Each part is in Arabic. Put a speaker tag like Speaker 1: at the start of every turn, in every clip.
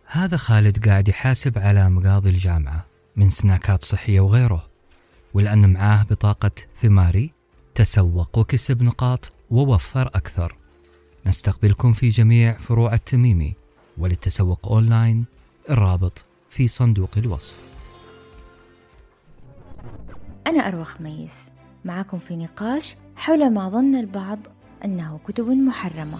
Speaker 1: هذا خالد قاعد يحاسب على مقاضي الجامعة من سناكات صحية وغيره، ولأن معاه بطاقة ثماري تسوق وكسب نقاط ووفر أكثر. نستقبلكم في جميع فروع التميمي، وللتسوق أونلاين الرابط في صندوق الوصف.
Speaker 2: أنا أروى خميس معكم في نقاش حول ما ظن البعض أنه كتب محرمة.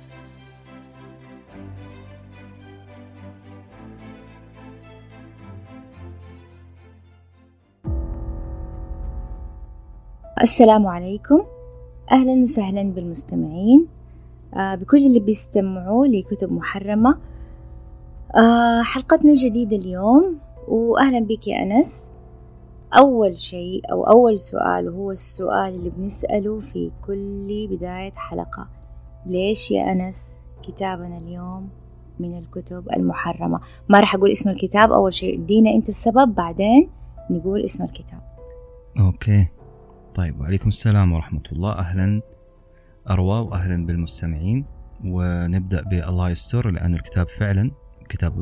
Speaker 2: السلام عليكم، أهلا وسهلا بالمستمعين بكل اللي بيستمعوا لكتب محرمة. حلقتنا جديدة اليوم، وأهلا بك يا أنس. أول شيء أو أول سؤال، وهو السؤال اللي بنسأله في كل بداية حلقة: ليش يا أنس كتابنا اليوم من الكتب المحرمة؟ ما رح أقول اسم الكتاب، أول شيء ادينا أنت السبب، بعدين نقول اسم الكتاب.
Speaker 1: أوكي طيب، وعليكم السلام ورحمة الله. أهلا أروى وأهلا بالمستمعين. ونبدأ بالله يستر، لأن الكتاب فعلا كتاب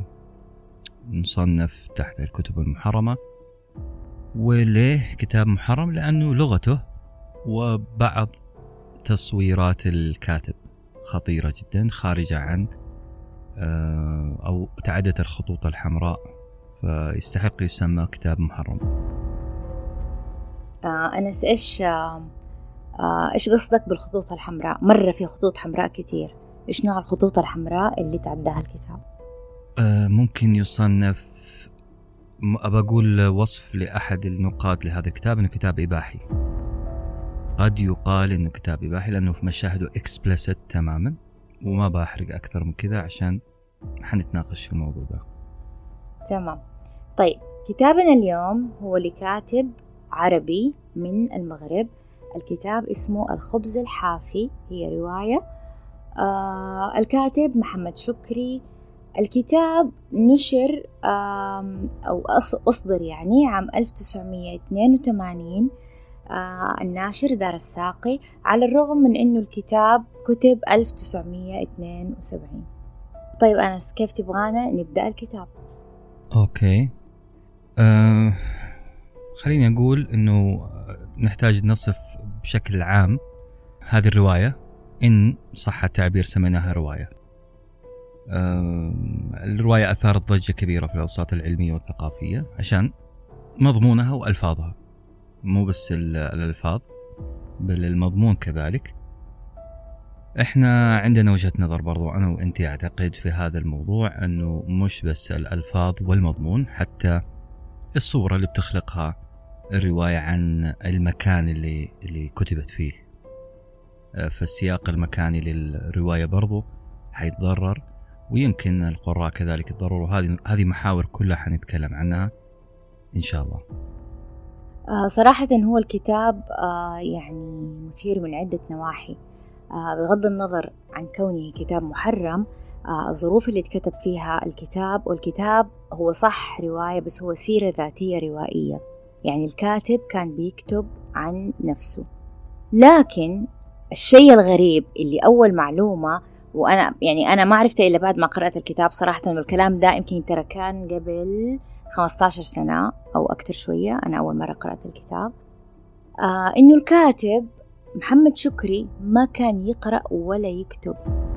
Speaker 1: مصنف تحت الكتب المحرمة. وليه كتاب محرم؟ لأنه لغته وبعض تصويرات الكاتب خطيرة جدا، خارجة عن أو تعدت الخطوط الحمراء، فيستحق يسمى كتاب محرم.
Speaker 2: أنس، إيش قصدك بالخطوط الحمراء؟ مرة في خطوط حمراء كتير، إيش نوع الخطوط الحمراء اللي تعداها الكتاب؟
Speaker 1: ممكن يصنف، أقول وصف لأحد النقاد لهذا الكتاب أنه كتاب إباحي. قد يقال أنه كتاب إباحي لأنه في مشاهده explicit تماما، وما بحرق أكثر من كذا عشان حنتناقش في الموضوع ده.
Speaker 2: تمام. طيب، كتابنا اليوم هو لكاتب عربي من المغرب. الكتاب اسمه الخبز الحافي، هي رواية. الكاتب محمد شكري. الكتاب نشر أو أصدر يعني عام 1982. الناشر دار الساقي، على الرغم من أنه الكتاب كتب 1972. طيب أنس، كيف تبغانا نبدأ الكتاب؟
Speaker 1: أوكي، خليني أقول أنه نحتاج نصف بشكل عام هذه الرواية، إن صح التعبير سميناها رواية. الرواية أثارت ضجة كبيرة في الأوساط العلمية والثقافية عشان مضمونها وألفاظها، مو بس الألفاظ بل المضمون كذلك. إحنا عندنا وجهة نظر برضو أنا وإنتي أعتقد في هذا الموضوع، أنه مش بس الألفاظ والمضمون، حتى الصورة اللي بتخلقها الرواية عن المكان اللي كتبت فيه. فالسياق المكاني للرواية برضو حيتضرر، ويمكن القراء كذلك يتضرروا. هذه محاور كلها حنتكلم عنها إن شاء الله.
Speaker 2: صراحة هو الكتاب يعني مثير من عدة نواحي، بغض النظر عن كونه كتاب محرم. الظروف اللي اتكتب فيها الكتاب، والكتاب هو صح رواية بس هو سيرة ذاتية روائية، يعني الكاتب كان بيكتب عن نفسه. لكن الشيء الغريب اللي أول معلومة، وأنا يعني أنا ما عرفت إلا بعد ما قرأت الكتاب صراحة، والكلام ده يمكن ترى كان قبل 15 سنة أو أكتر شوية، أنا أول مرة قرأت الكتاب. إنه الكاتب محمد شكري ما كان يقرأ ولا يكتب.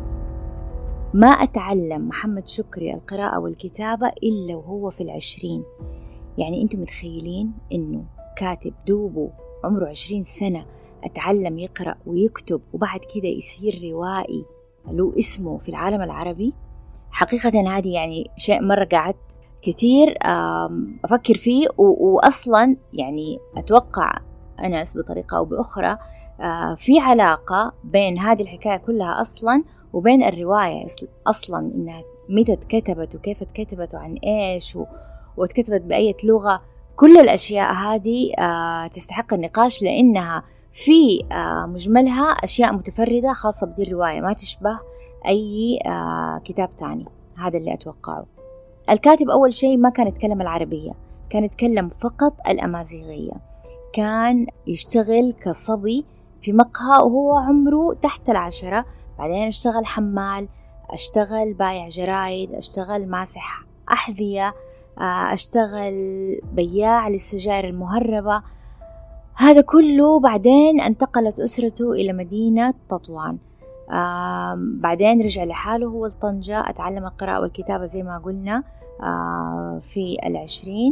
Speaker 2: ما أتعلم محمد شكري القراءة والكتابة إلا وهو في 20. يعني أنتم متخيلين إنه كاتب دوبه عمره 20 سنة أتعلم يقرأ ويكتب، وبعد كده يصير روائي له اسمه في العالم العربي؟ حقيقة هذه يعني شيء مرة قعدت كثير أفكر فيه، وأصلا يعني أتوقع أنس بطريقة أو بأخرى في علاقة بين هذه الحكاية كلها أصلا وبين الرواية أصلا، إنها متى اتكتبت وكيف اتكتبت وعن إيش واتكتبت بأية لغة. كل الأشياء هذه تستحق النقاش، لأنها في مجملها أشياء متفردة خاصة بدي الرواية، ما تشبه أي كتاب تاني. هذا اللي أتوقعه. الكاتب أول شيء ما كان يتكلم العربية، كان يتكلم فقط الأمازيغية. كان يشتغل كصبي في مقهى وهو عمره تحت 10، بعدين اشتغل حمال، أشتغل بايع جرايد، أشتغل ماسح أحذية، أشتغل بياع للسجائر المهربة. هذا كله بعدين انتقلت أسرته إلى مدينة تطوان. بعدين رجع لحاله هو لطنجة، أتعلم القراءة والكتابة زي ما قلنا في 20.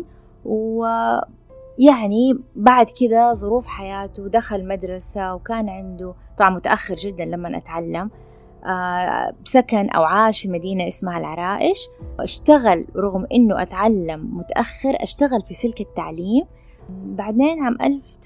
Speaker 2: ويعني بعد كده ظروف حياته دخل مدرسة، وكان عنده طبعا متأخر جدا لما أتعلم، سكن أو عاش في مدينة اسمها العرائش. اشتغل رغم أنه أتعلم متأخر، اشتغل في سلك التعليم. بعدين عام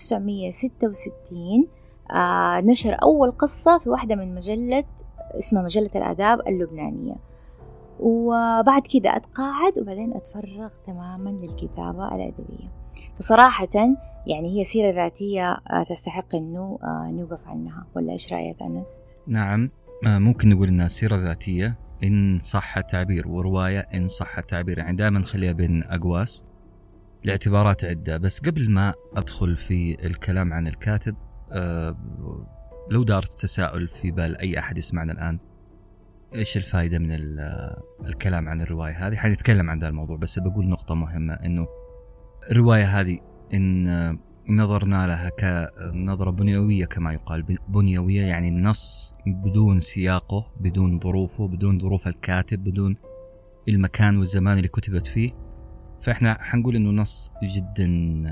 Speaker 2: 1966 نشر أول قصة في واحدة من مجلة اسمها مجلة الآداب اللبنانية. وبعد كده أتقاعد وبعدين أتفرغ تماما للكتابة الأدبية. فصراحة يعني هي سيرة ذاتية تستحق أنه نوقف عنها، ولا إيش رأيك أنس؟
Speaker 1: نعم، ممكن نقول أنها سيرة ذاتية إن صح التعبير، ورواية إن صح التعبير، يعني دائما نخليها بين أقواس لاعتبارات عدة. بس قبل ما أدخل في الكلام عن الكاتب، لو دار تساؤل في بال أي أحد يسمعنا الآن، إيش الفائدة من الكلام عن الرواية هذه؟ حنتكلم عن ذا الموضوع، بس بقول نقطة مهمة، إنه الرواية هذه إن نظرنا لها كنظرة بنيوية كما يقال، بنيوية يعني النص بدون سياقه، بدون ظروفه، بدون ظروف الكاتب، بدون المكان والزمان اللي كتبت فيه، فإحنا حنقول إنه نص جدا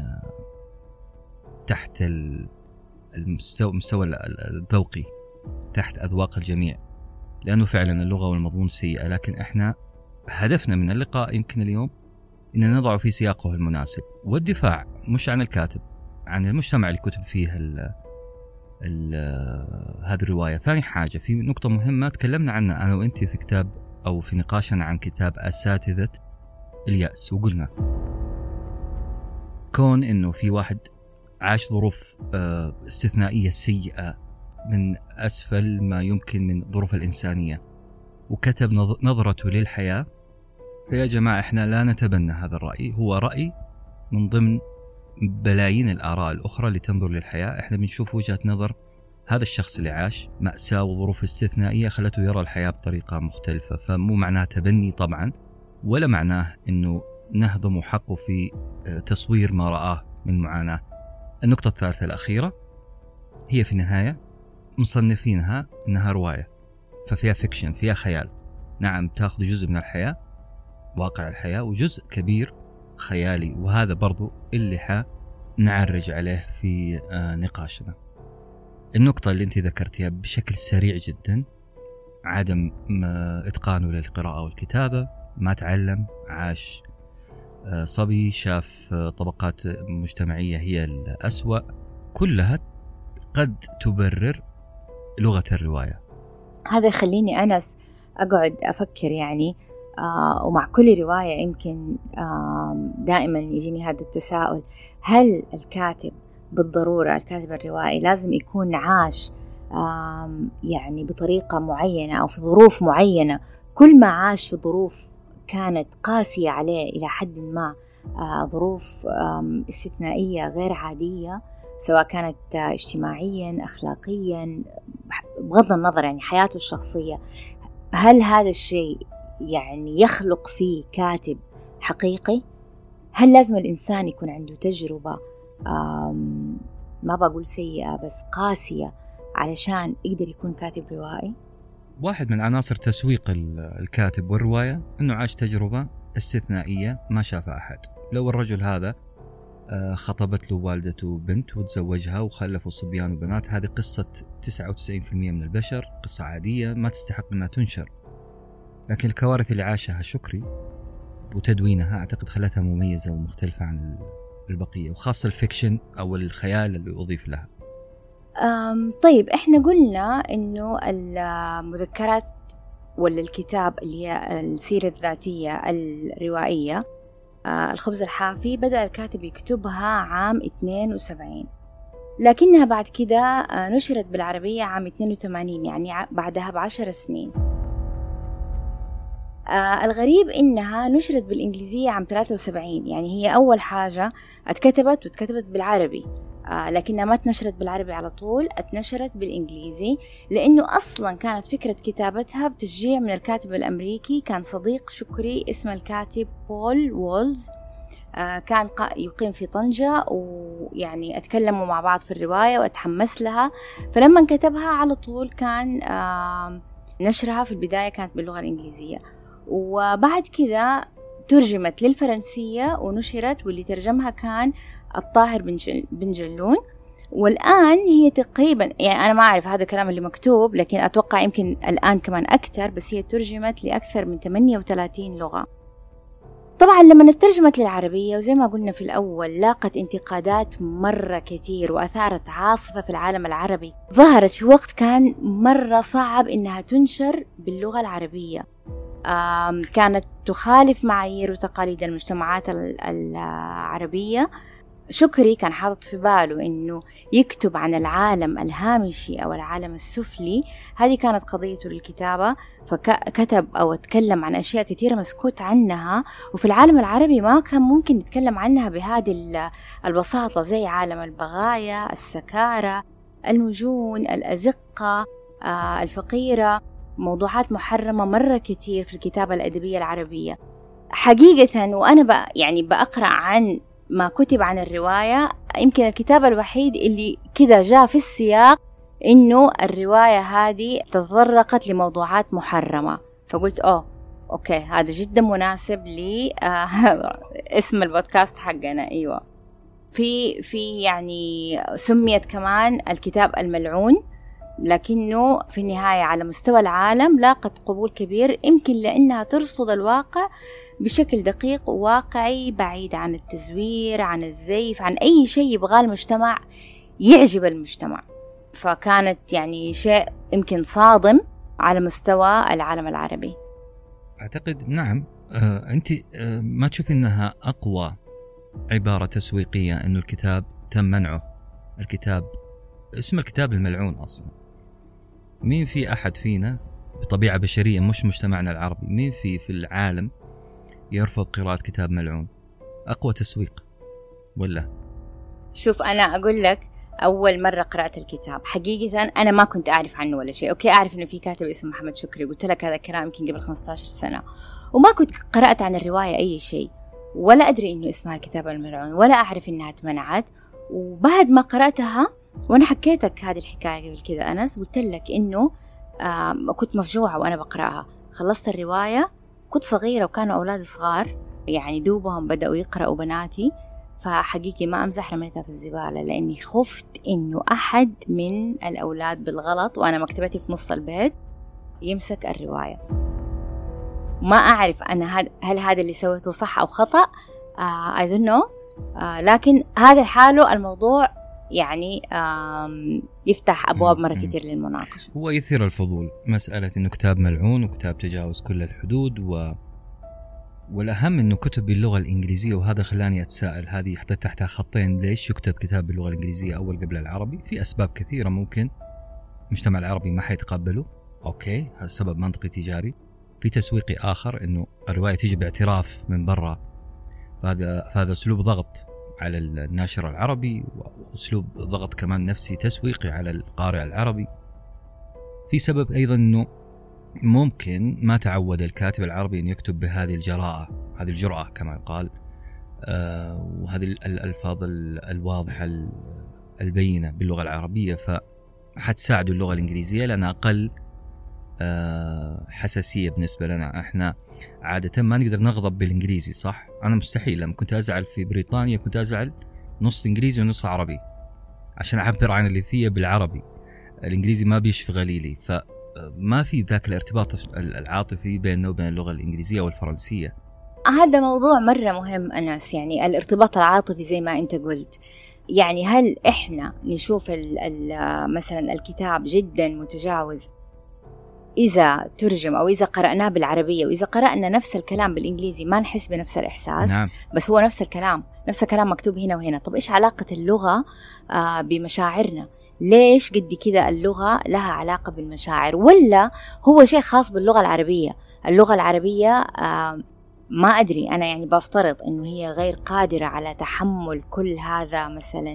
Speaker 1: تحت المستوى الذوقي، تحت أذواق الجميع، لأنه فعلا اللغة والمضمون سيئة. لكن إحنا هدفنا من اللقاء يمكن اليوم إن نضع في سياقه المناسب، والدفاع مش عن الكاتب، عن المجتمع اللي كتب فيه هذه الرواية. ثاني حاجة، في نقطة مهمة تكلمنا عنها أنا وإنتي في كتاب أو في نقاشنا عن كتاب أساتذة اليأس، وقلنا كون إنه في واحد عاش ظروف استثنائية سيئة من أسفل ما يمكن من ظروف الإنسانية، وكتب نظرته للحياة. فيا جماعة إحنا لا نتبنى هذا الرأي، هو رأي من ضمن بلايين الآراء الأخرى اللي تنظر للحياة. إحنا بنشوف وجهة نظر هذا الشخص اللي عاش مأساة وظروف استثنائية خلته يرى الحياة بطريقة مختلفة. فمو معناه تبني طبعا، ولا معناه إنه نهضم حقه في تصوير ما رآه من معاناة. النقطة الثالثة الأخيرة هي في النهاية مصنفينها إنها رواية، ففيها فيكشن، فيها خيال. نعم، تأخذ جزء من الحياة، واقع الحياة، وجزء كبير خيالي، وهذا برضو اللي نعرج عليه في نقاشنا. النقطة اللي انت ذكرتها بشكل سريع جدا، عدم إتقانه للقراءة والكتابة، ما تعلم، عاش صبي، شاف طبقات مجتمعية هي الأسوأ، كلها قد تبرر لغة الرواية.
Speaker 2: هذا يخليني أنس أقعد أفكر يعني، ومع كل رواية يمكن دائما يجيني هذا التساؤل: هل الكاتب بالضرورة، الكاتب الروائي، لازم يكون عاش يعني بطريقة معينة أو في ظروف معينة؟ كل ما عاش في ظروف كانت قاسية عليه إلى حد ما، ظروف استثنائية غير عادية، سواء كانت اجتماعيا، أخلاقيا، بغض النظر يعني حياته الشخصية، هل هذا الشيء يعني يخلق فيه كاتب حقيقي؟ هل لازم الإنسان يكون عنده تجربة ما بقول سيئة بس قاسية علشان يقدر يكون كاتب روائي؟
Speaker 1: واحد من عناصر تسويق الكاتب والرواية أنه عاش تجربة استثنائية ما شافها أحد. لو الرجل هذا خطبت له والدته بنت وتزوجها وخلفوا صبيان وبنات، هذه قصة 99% من البشر، قصة عادية ما تستحق أنها تنشر. لكن الكوارث اللي عاشها شكري وتدوينها أعتقد خلتها مميزة ومختلفة عن البقية، وخاصة الفيكشن أو الخيال اللي أضيف لها.
Speaker 2: طيب، إحنا قلنا إنه المذكرات ولا الكتاب اللي هي السيرة الذاتية الروائية الخبز الحافي بدأ الكاتب يكتبها عام 72، لكنها بعد كده نشرت بالعربية عام 82، يعني بعدها ب10 سنين. الغريب إنها نشرت بالإنجليزية عام 73، يعني هي أول حاجة اتكتبت بالعربي لكنها ما اتنشرت بالعربي على طول، اتنشرت بالإنجليزي، لأنه أصلا كانت فكرة كتابتها بتشجيع من الكاتب الأمريكي، كان صديق شكري اسمه الكاتب بول وولز. كان يقيم في طنجة، ويعني أتكلموا مع بعض في الرواية وأتحمس لها، فلما كتبها على طول كان نشرها في البداية كانت باللغة الإنجليزية، وبعد كده ترجمت للفرنسية ونشرت، واللي ترجمها كان الطاهر بن جلون. والآن هي تقريبا، يعني أنا ما أعرف هذا الكلام اللي مكتوب، لكن أتوقع يمكن الآن كمان أكثر، بس هي ترجمت لأكثر من 38 لغة. طبعا لما ترجمت للعربية وزي ما قلنا في الأول لاقت انتقادات مرة كتير وأثارت عاصفة في العالم العربي، ظهرت في وقت كان مرة صعب إنها تنشر باللغة العربية، كانت تخالف معايير وتقاليد المجتمعات العربية. شكري كان حاطط في باله إنه يكتب عن العالم الهامشي أو العالم السفلي، هذه كانت قضيته للكتابة، فكتب أو اتكلم عن أشياء كثيرة مسكوت عنها، وفي العالم العربي ما كان ممكن نتكلم عنها بهذه البساطة، زي عالم البغايا، السكارى، المجون، الأزقة، الفقيرة، موضوعات محرمة مرة كتير في الكتابة الأدبية العربية حقيقة. وأنا يعني بقرأ عن ما كتب عن الرواية، يمكن الكتاب الوحيد اللي كده جاء في السياق إنه الرواية هذه تطرقت لموضوعات محرمة، فقلت أوكي هذا جدا مناسب لي اسم البودكاست حقنا. أيوة، في يعني سميت كمان الكتاب الملعون، لكنه في النهاية على مستوى العالم لاقت قبول كبير، يمكن لأنها ترصد الواقع بشكل دقيق وواقعي، بعيد عن التزوير، عن الزيف، عن أي شيء يبغى المجتمع يعجب المجتمع. فكانت يعني شيء يمكن صادم على مستوى العالم العربي.
Speaker 1: أعتقد نعم. أنت ما تشوف إنها أقوى عبارة تسويقية إنه الكتاب تم منعه؟ الكتاب اسم الكتاب الملعون أصلا. مين في أحد فينا بطبيعة بشرية مش مجتمعنا العربي، مين في العالم يرفض قراءة كتاب ملعون؟ أقوى تسويق ولا؟
Speaker 2: شوف أنا أقول لك، أول مرة قرأت الكتاب حقيقة أنا ما كنت أعرف عنه ولا شيء. أوكي، أعرف إنه في كاتب اسمه محمد شكري، قلت لك هذا الكلام يمكن قبل 15 سنة، وما كنت قرأت عن الرواية أي شيء، ولا أدري إنه اسمها كتاب الملعون، ولا أعرف إنها اتمنعت. وبعد ما قرأتها، وأنا حكيتك هذه الحكاية قبل كذا أنس، قلت لك إنه كنت مفجوعة وأنا بقرأها. خلصت الرواية، كنت صغيرة وكانوا أولادي صغار، يعني دوبهم بدأوا يقرأوا بناتي، فحقيقي ما أمزح رميتها في الزبالة، لأني خفت إنه أحد من الأولاد بالغلط وأنا مكتبتي في نص البيت يمسك الرواية. ما أعرف أنا هل هذا اللي سويته صح أو خطأ، I don't know. لكن هذا حاله الموضوع يعني يفتح أبواب مرة كتير للمناقشة.
Speaker 1: هو يثير الفضول مسألة إنه كتاب ملعون وكتاب تجاوز كل الحدود، والأهم إنه كتب باللغة الإنجليزية. وهذا خلاني أتساءل، هذه حطيت تحتها خطين، ليش يكتب كتاب باللغة الإنجليزية أول قبل العربي؟ في أسباب كثيرة، ممكن المجتمع العربي ما حيتقبله، أوكي هذا سبب منطقي تجاري. في تسويقي آخر، إنه الرواية تيجي باعتراف من برا، فهذا أسلوب ضغط على الناشر العربي، وأسلوب ضغط كمان نفسي تسويقي على القارئ العربي. في سبب أيضا إنه ممكن ما تعود الكاتب العربي أن يكتب بهذه الجراءة، هذه الجرأة كما يقال، وهذه الألفاظ الواضحة البينة باللغة العربية، فحتساعده اللغة الإنجليزية لأنها أقل حساسية بالنسبة لنا. احنا عادة ما نقدر نغضب بالإنجليزي، صح؟ أنا مستحيل، لما كنت أزعل في بريطانيا كنت أزعل نص إنجليزي ونص عربي عشان أعبر عن اللي فيه بالعربي، الإنجليزي ما بيشفي غليلي، فما في ذاك الارتباط العاطفي بيننا وبين اللغة الإنجليزية والفرنسية.
Speaker 2: هذا موضوع مرة مهم أنس، يعني الارتباط العاطفي زي ما أنت قلت. يعني هل إحنا نشوف مثلا الكتاب جدا متجاوز إذا ترجم أو إذا قرأناه بالعربية، وإذا قرأنا نفس الكلام بالإنجليزي ما نحس بنفس الإحساس؟
Speaker 1: نعم.
Speaker 2: بس هو نفس الكلام مكتوب هنا وهنا. طب إيش علاقة اللغة بمشاعرنا؟ ليش قد كده اللغة لها علاقة بالمشاعر؟ ولا هو شيء خاص باللغة العربية؟ اللغة العربية ما أدري، أنا يعني بفترض أنه هي غير قادرة على تحمل كل هذا مثلا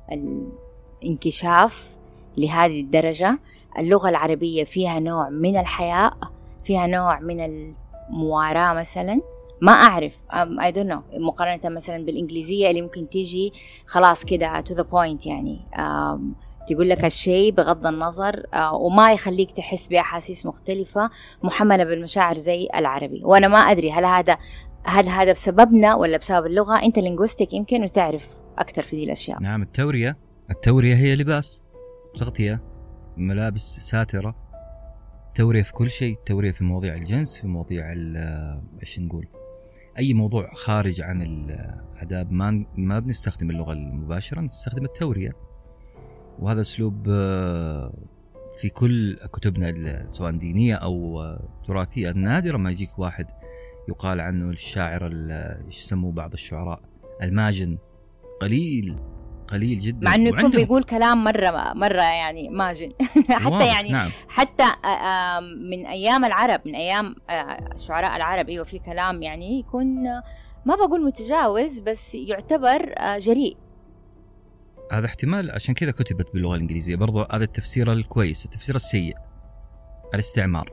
Speaker 2: الانكشاف لهذه الدرجة. اللغة العربية فيها نوع من الحياء، فيها نوع من المواراة مثلا، ما أعرف I don't know، مقارنة مثلا بالإنجليزية اللي ممكن تيجي خلاص كده to the point، يعني تقول لك الشيء بغض النظر وما يخليك تحس بأحاسيس مختلفة محملة بالمشاعر زي العربي. وأنا ما أدري هل هذا بسببنا ولا بسبب اللغة. أنت لينغويستيك يمكن وتعرف أكثر في دي الأشياء.
Speaker 1: نعم، التورية هي لباس، تغطية، ملابس ساترة، تورية في كل شيء، تورية في مواضيع الجنس، في مواضيع إيش نقول، أي موضوع خارج عن الآداب ما بنستخدم اللغة المباشرة، نستخدم التورية. وهذا أسلوب في كل كتبنا سواء دينية أو تراثية. نادرا ما يجيك واحد يقال عنه الشاعر يسموه بعض الشعراء الماجن، قليل جدا،
Speaker 2: مع انه يكون بيقول كلام مرة يعني ماجن حتى يعني نعم. حتى من ايام العرب، من ايام شعراء العرب، ايوه في كلام يعني يكون ما بقول متجاوز بس يعتبر جريء.
Speaker 1: هذا احتمال عشان كذا كتبت باللغة الإنجليزية. برضو هذا التفسير الكويس. التفسير السيء الاستعمار.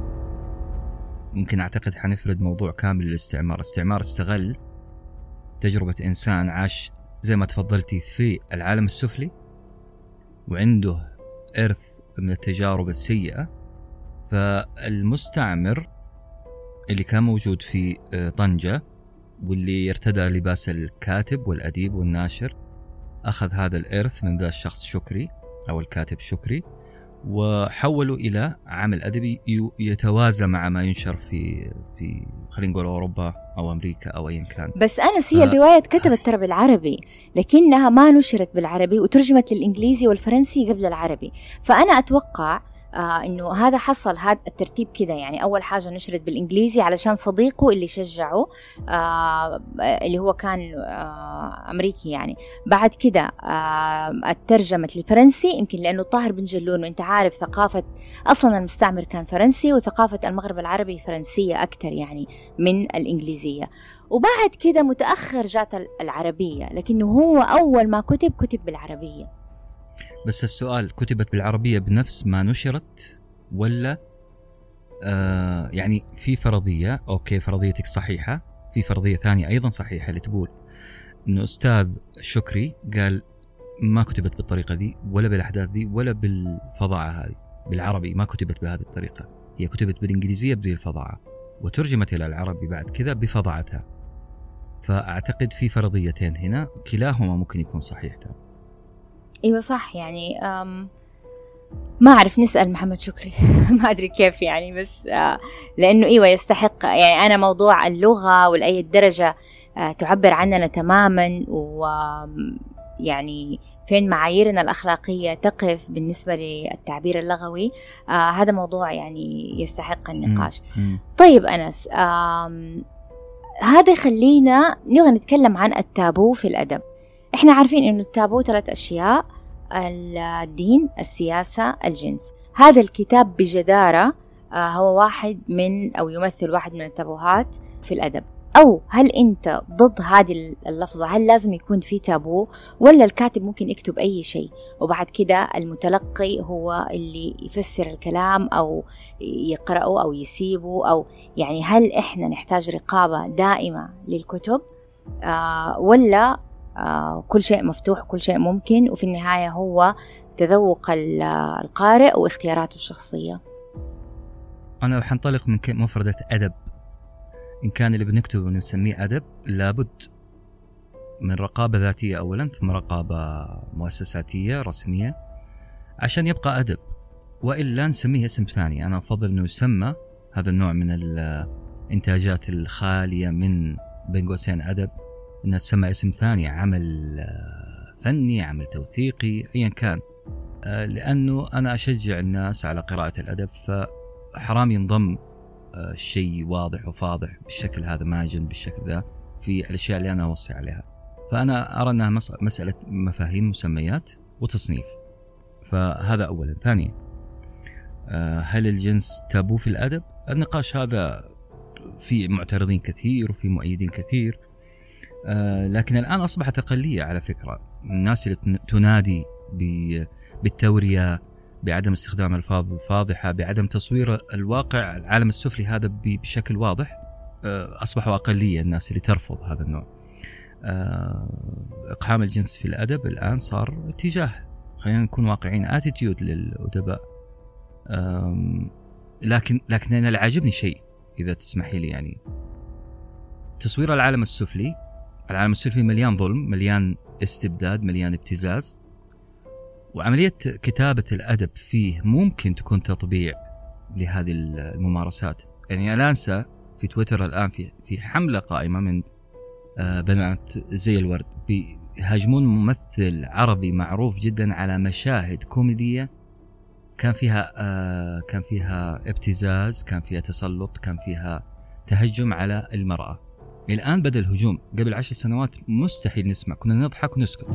Speaker 1: ممكن أعتقد حنفرد موضوع كامل للاستعمار. الاستعمار استغل تجربة إنسان عاش زي ما تفضلتي في العالم السفلي وعنده إرث من التجارب السيئة، فالمستعمر اللي كان موجود في طنجة واللي يرتدى لباس الكاتب والأديب والناشر أخذ هذا الإرث من ذا الشخص شكري أو الكاتب شكري وحوله إلى عمل أدبي يتوازى مع ما ينشر في خلينا نقول أوروبا أو أمريكا أو أي كان.
Speaker 2: بس هي الرواية كتبت ترى بالعربي لكنها ما نشرت بالعربي وترجمت للإنجليزي والفرنسي قبل العربي. فأنا أتوقع إنه هذا حصل، هذا الترتيب كده. يعني أول حاجة نشرت بالإنجليزي علشان صديقه اللي شجعه اللي هو كان أمريكي يعني. بعد كده الترجمة للفرنسي يمكن لأنه طاهر بن جلون، وإنت عارف ثقافة أصلا المستعمر كان فرنسي وثقافة المغرب العربي فرنسية أكتر يعني من الإنجليزية. وبعد كده متأخر جات العربية، لكنه هو أول ما كتب بالعربية.
Speaker 1: بس السؤال، كتبت بالعربية بنفس ما نشرت ولا يعني في فرضية؟ أوكي فرضيتك صحيحة. في فرضية ثانية أيضا صحيحة اللي تقول إنه أستاذ شكري قال ما كتبت بالطريقة دي ولا بالأحداث دي ولا بالفظاعة هذه بالعربي، ما كتبت بهذه الطريقة، هي كتبت بالإنجليزية بذي الفظاعة وترجمت إلى العربي بعد كذا بفظاعتها. فأعتقد في فرضيتين هنا، كلاهما ممكن يكون صحيح.
Speaker 2: ايوه صح يعني ما اعرف، نسأل محمد شكري ما ادري كيف يعني، بس لانه ايوه يستحق. يعني انا موضوع اللغة ولاي درجة تعبر عننا تماما، ويعني فين معاييرنا الأخلاقية تقف بالنسبة للتعبير اللغوي، هذا موضوع يعني يستحق النقاش. طيب أنس، هذا خلينا نبغى نتكلم عن التابو في الأدب. إحنا عارفين إنه التابو 3 أشياء: الدين، السياسة، الجنس. هذا الكتاب بجدارة هو واحد من أو يمثل واحد من التابوهات في الأدب. أو هل أنت ضد هذه اللفظة؟ هل لازم يكون في تابو ولا الكاتب ممكن يكتب أي شيء وبعد كده المتلقي هو اللي يفسر الكلام أو يقرأه أو يسيبه؟ أو يعني هل إحنا نحتاج رقابة دائمة للكتب ولا كل شيء مفتوح وكل شيء ممكن، وفي النهاية هو تذوق القارئ واختياراته الشخصية؟
Speaker 1: أنا حنطلق من مفردة أدب. إن كان اللي بنكتبه ونسميه أدب لابد من رقابة ذاتية أولا، ثم رقابة مؤسساتية رسمية عشان يبقى أدب، وإلا نسميه اسم ثاني. أنا أفضل أنه يسمى هذا النوع من الإنتاجات الخالية من بين قوسين أدب، أنها تسمى اسم ثاني، عمل فني، عمل توثيقي، أيا كان. لأنه أنا أشجع الناس على قراءة الأدب، فحرام ينضم شيء واضح وفاضح بالشكل هذا، ماجن بالشكل ذا في الأشياء اللي أنا أوصي عليها. فأنا أرى أنها مسألة مفاهيم، مسميات وتصنيف. فهذا أولا. ثانيا، هل الجنس تابو في الأدب؟ النقاش هذا في معترضين كثير وفي مؤيدين كثير. لكن الآن أصبحت أقلية على فكرة. الناس اللي تنادي بالتورية، بعدم استخدام الألفاظ الفاضحة، بعدم تصوير الواقع العالم السفلي هذا بشكل واضح، أصبحوا أقلية. الناس اللي ترفض هذا النوع. إقحام الجنس في الأدب الآن صار اتجاه، خلينا نكون واقعين، اتيتيود للأدباء. لكن أنا اللي عاجبني شيء، إذا تسمحي لي، يعني تصوير العالم السفلي. العالم السفلي مليان ظلم، مليان استبداد، مليان ابتزاز، وعملية كتابة الأدب فيه ممكن تكون تطبيع لهذه الممارسات. يعني أنا أنسى في تويتر الآن في حملة قائمة من بنات زي الورد بيهاجمون ممثل عربي معروف جدا على مشاهد كوميدية كان فيها ابتزاز، كان فيها تسلط، كان فيها تهجم على المرأة. الآن بدأ الهجوم. قبل 10 سنوات مستحيل نسمع، كنا نضحك ونسكت.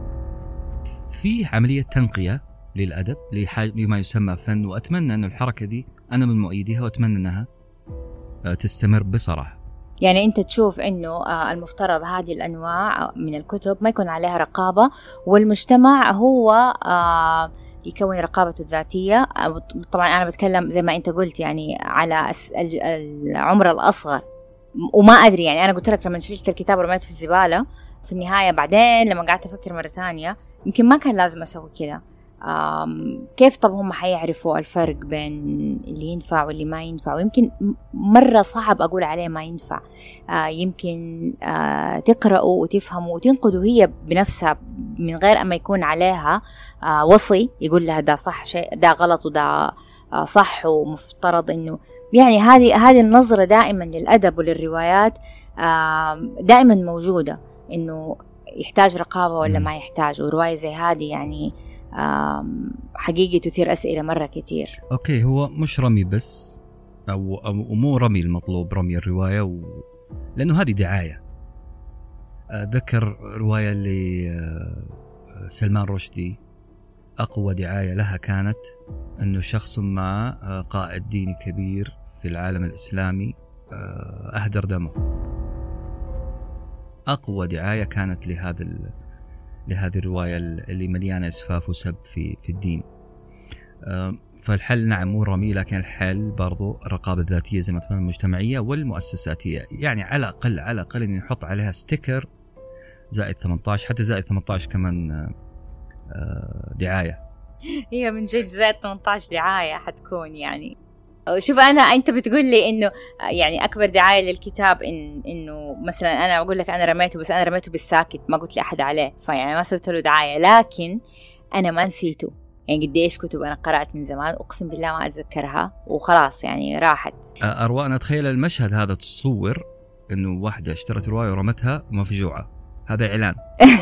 Speaker 1: في عملية تنقية للأدب لما يسمى فن، وأتمنى أن الحركة دي أنا من مؤيديها، وأتمنى أنها تستمر بصراحة.
Speaker 2: يعني أنت تشوف أنه المفترض هذه الأنواع من الكتب ما يكون عليها رقابة، والمجتمع هو يكون رقابته الذاتية. طبعا أنا بتكلم زي ما أنت قلت يعني على العمر الأصغر، وما أدري يعني أنا قلت لك لما شلت الكتاب ورميته في الزبالة في النهاية، بعدين لما قعدت أفكر مرة ثانية يمكن ما كان لازم أسوي كذا. كيف طب هم حيعرفوا الفرق بين اللي ينفع واللي ما ينفع؟ ويمكن مرة صعب أقول عليه ما ينفع. يمكن تقرأوا وتفهموا وتنقدوا هي بنفسها من غير أما يكون عليها وصي يقول لها ده صح شيء، ده غلط، وده صح، ومفترض إنه يعني هذه النظرة دائما للأدب وللروايات دائما موجودة، إنه يحتاج رقابة ولا ما يحتاج. ورواية زي هذه يعني حقيقي تثير أسئلة مرة كتير.
Speaker 1: أوكي، هو مش رمي بس أو مو رمي المطلوب، رمي الرواية لأنه هذه دعاية. ذكر رواية لسلمان رشدي، أقوى دعاية لها كانت أنه شخص ما قائد ديني كبير في العالم الإسلامي أهدر دمه. أقوى دعاية كانت لهذه الرواية اللي مليانة إسفاف وسب في الدين. فالحل نعم مو رمي، لكن الحل برضو الرقابة الذاتية زي ما تفهم، المجتمعية والمؤسساتية. يعني على الأقل إن نحط عليها ستيكر زائد 18، حتى زائد 18 كمان دعاية.
Speaker 2: هي من جد زائد 18 دعاية حتكون. يعني شوف أنت بتقول لي إنه يعني أكبر دعاية للكتاب إنه مثلا أنا أقول لك أنا رميته، بس أنا رميته بالساكت، ما قلت لأحد عليه، فيعني ما سويت له دعاية. لكن أنا ما نسيته، يعني قديش كتب أنا قرأت من زمان أقسم بالله ما أتذكرها، وخلاص يعني راحت.
Speaker 1: أروى أنا أتخيل المشهد هذا، تصور إنه واحدة اشترت رواية ورمتها مفجوعة، هذا إعلان.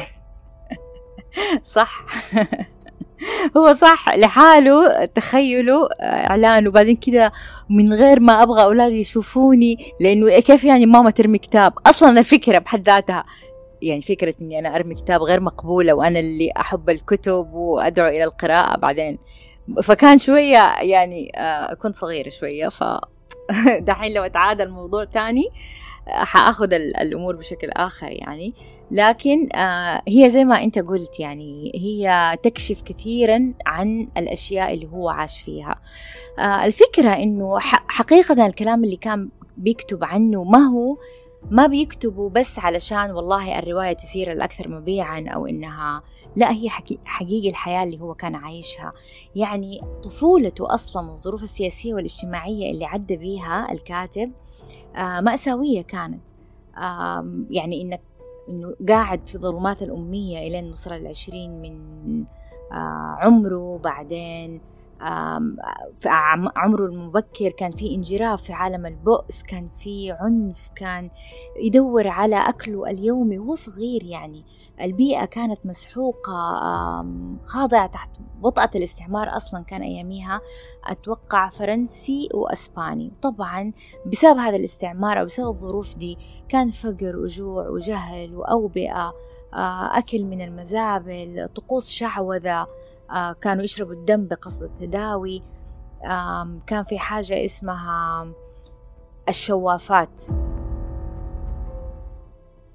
Speaker 2: صح. هو صح لحاله، تخيلوا إعلان، وبعدين كده من غير ما أبغى أولادي يشوفوني، لأنه كيف يعني ماما ترمي كتاب؟ أصلا الفكرة بحد ذاتها يعني فكرة إني أنا أرمي كتاب غير مقبولة، وأنا اللي أحب الكتب وأدعو إلى القراءة بعدين. فكان شوية يعني كنت صغيرة شوية، دحين لو أتعادل الموضوع تاني حأخذ الأمور بشكل آخر يعني. لكن هي زي ما أنت قلت يعني هي تكشف كثيرا عن الأشياء اللي هو عاش فيها. الفكرة إنه حقيقة الكلام اللي كان بيكتب عنه ما بيكتبوا بس علشان والله الرواية تسير الأكثر مبيعا أو إنها لا، هي حقيقي الحياة اللي هو كان عايشها. يعني طفولته أصلا والظروف السياسية والاجتماعية اللي عدى بيها الكاتب مأساوية كانت. يعني إنه قاعد في ظلمات الأمية إلين وصل 20 من عمره، بعدين في عمره المبكر كان في انجراف في عالم البؤس، كان في عنف، كان يدور على أكله اليومي وهو صغير. يعني البيئة كانت مسحوقة، خاضعة تحت وطأة الاستعمار. أصلا كان أياميها أتوقع فرنسي وأسباني. طبعا بسبب هذا الاستعمار أو بسبب الظروف دي كان فقر وجوع وجهل وأوبئة، أكل من المزابل، طقوس شعوذة، كانوا يشربوا الدم بقصد التداوي، كان في حاجة اسمها الشوافات.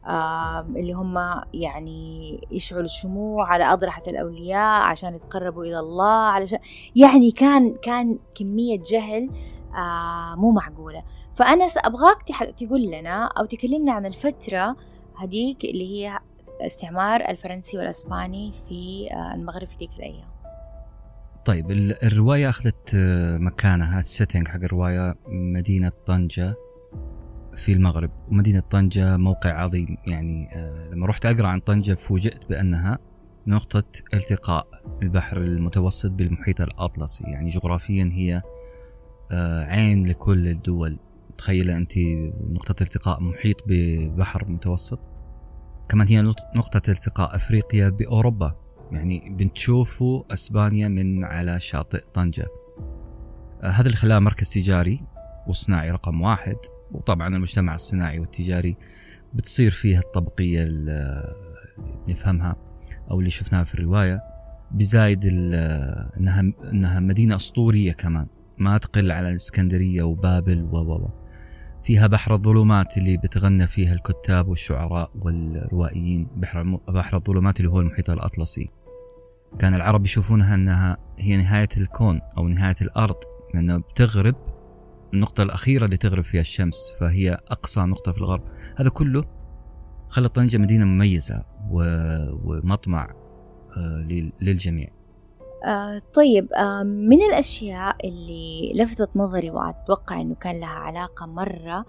Speaker 2: اللي هم يعني يشعلوا الشموع على أضرحة الأولياء عشان يتقربوا إلى الله، علشان يعني كان كمية جهل مو معقولة. فأنا أبغاك تقول لنا أو تكلمنا عن الفترة هديك اللي هي استعمار الفرنسي والأسباني في المغرب في ديك الأيام.
Speaker 1: طيب الرواية أخذت مكانها، السيتنج حق الرواية مدينة طنجة في المغرب، ومدينة طنجة موقع عظيم يعني. لما رحت أقرأ عن طنجة فوجئت بأنها نقطة التقاء البحر المتوسط بالمحيط الأطلسي، يعني جغرافيا هي عين لكل الدول. تخيل أنت نقطة التقاء محيط ببحر متوسط. كمان هي نقطة التقاء أفريقيا بأوروبا، يعني بنشوفوا أسبانيا من على شاطئ طنجة. هذا اللي خلاه مركز تجاري وصناعي رقم 1. وطبعا المجتمع الصناعي والتجاري بتصير فيها الطبقية اللي نفهمها أو اللي شفناها في الرواية، بزايد إنها مدينة أسطورية كمان، ما تقل على الإسكندرية وبابل فيها بحر الظلمات اللي بتغنى فيها الكتاب والشعراء والروائيين. بحر الظلمات اللي هو المحيط الأطلسي. كان العرب يشوفونها أنها هي نهاية الكون أو نهاية الأرض، لأنها بتغرب النقطة الأخيرة اللي تغرب فيها الشمس، فهي أقصى نقطة في الغرب. هذا كله خلى طنجة مدينة مميزة ومطمع للجميع.
Speaker 2: طيب، من الأشياء اللي لفتت نظري وأتوقع أنه كان لها علاقة مرة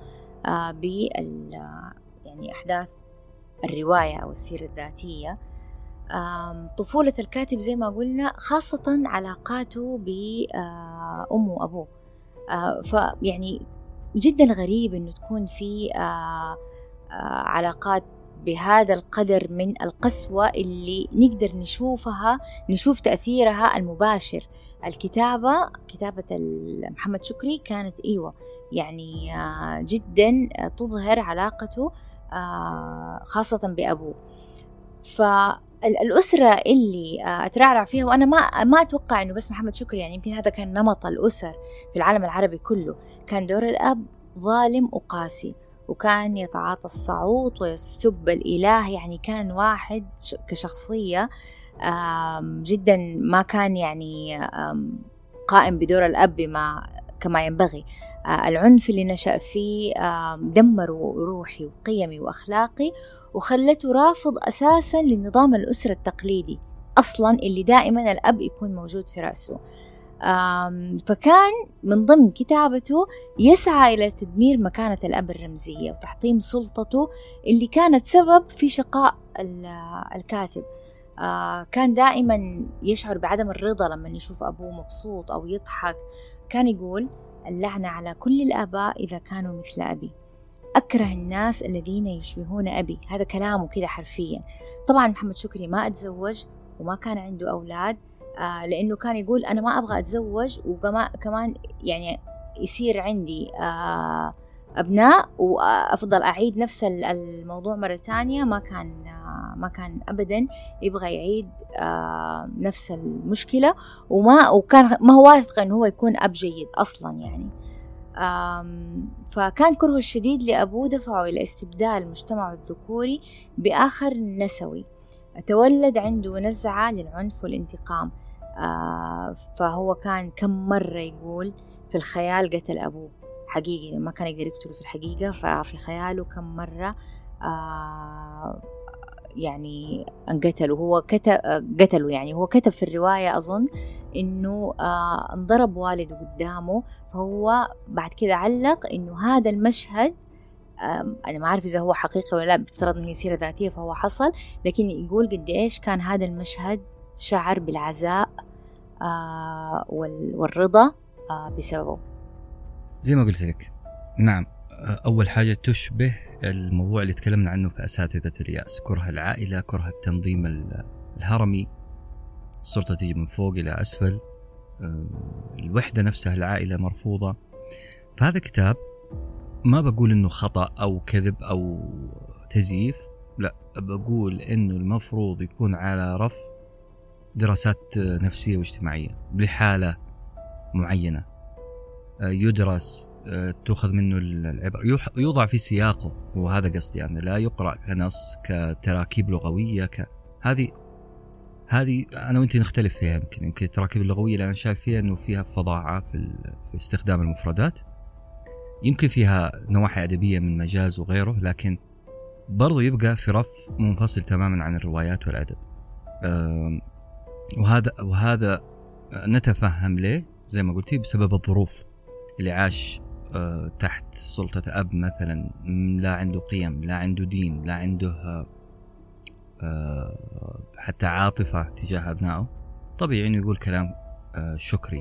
Speaker 2: يعني أحداث الرواية أو السيرة الذاتية، طفولة الكاتب زي ما قلنا، خاصة علاقاته بأمه وأبوه. فيعني جدا غريب أنه تكون في علاقات بهذا القدر من القسوة اللي نقدر نشوف تأثيرها المباشر. كتابة محمد شكري كانت يعني جدا تظهر علاقته خاصة بأبوه. فالأسرة اللي أترعرع فيها، وأنا ما أتوقع أنه بس محمد شكري، يعني يمكن هذا كان نمط الأسر في العالم العربي كله، كان دور الأب ظالم وقاسي، وكان يتعاطى الصعوط ويسب الإله. يعني كان واحد كشخصية جدا ما كان يعني قائم بدور الأب كما ينبغي. العنف اللي نشأ فيه دمر روحي وقيمي وأخلاقي، وخلته رافض أساسا للنظام الأسرة التقليدي أصلا، اللي دائما الأب يكون موجود في رأسه. فكان من ضمن كتابته يسعى إلى تدمير مكانة الأب الرمزية وتحطيم سلطته اللي كانت سبب في شقاء الكاتب. كان دائما يشعر بعدم الرضا لما يشوف أبوه مبسوط أو يضحك. كان يقول: اللعنة على كل الآباء إذا كانوا مثل أبي، أكره الناس الذين يشبهون أبي. هذا كلامه كده حرفيا. طبعا محمد شكري ما أتزوج وما كان عنده أولاد، لأنه كان يقول أنا ما أبغى أتزوج وكمان يعني يصير عندي أبناء وأفضل أعيد نفس الموضوع مرة تانية. ما كان أبدا يبغى يعيد نفس المشكلة، وكان ما هو واثق أنه هو يكون أب جيد أصلا يعني. فكان كرهه الشديد لأبوه دفعه إلى استبدال المجتمع الذكوري بآخر نسوي. تولد عنده نزعة للعنف والانتقام. فهو كان كم مرة يقول في الخيال قتل أبوه حقيقي، ما كان يقدر يقتله في الحقيقة، ففي خياله كم مرة يعني انقتله. هو قتله يعني. هو كتب في الرواية أظن إنه انضرب والده قدامه، فهو بعد كده علق إنه هذا المشهد، أنا ما أعرف إذا هو حقيقي ولا لا، بفترض إنه هي سيرة ذاتية فهو حصل، لكن يقول قد إيش كان هذا المشهد شعر بالعزاء والرضا بسببه.
Speaker 1: زي ما قلت لك، نعم، أول حاجة تشبه الموضوع اللي تكلمنا عنه في أساتذة اليأس، كره العائلة، كره التنظيم الهرمي، السلطة تيجي من فوق إلى أسفل، الوحدة نفسها، العائلة مرفوضة. فهذا كتاب ما بقول إنه خطأ أو كذب أو تزييف، لا، بقول إنه المفروض يكون على رف دراسات نفسية واجتماعية لحالة معينة، يدرس تأخذ منه العبر، يوضع في سياقه، وهذا قصدي يعني لا يقرأ كنص كتراكيب لغوية هذه أنا وأنت نختلف فيها. يمكن التراكيب اللغوية اللي أنا شايف فيها أنه فيها فظاعة في استخدام المفردات، يمكن فيها نواحي أدبية من مجاز وغيره، لكن برضو يبقى في رف منفصل تماما عن الروايات والأدب. وهذا نتفهم ليه، زي ما قلتي، بسبب الظروف اللي عاش تحت سلطة أب مثلا لا عنده قيم، لا عنده دين، لا عنده حتى عاطفة تجاه أبنائه. طبيعي إنه يقول كلام شكري،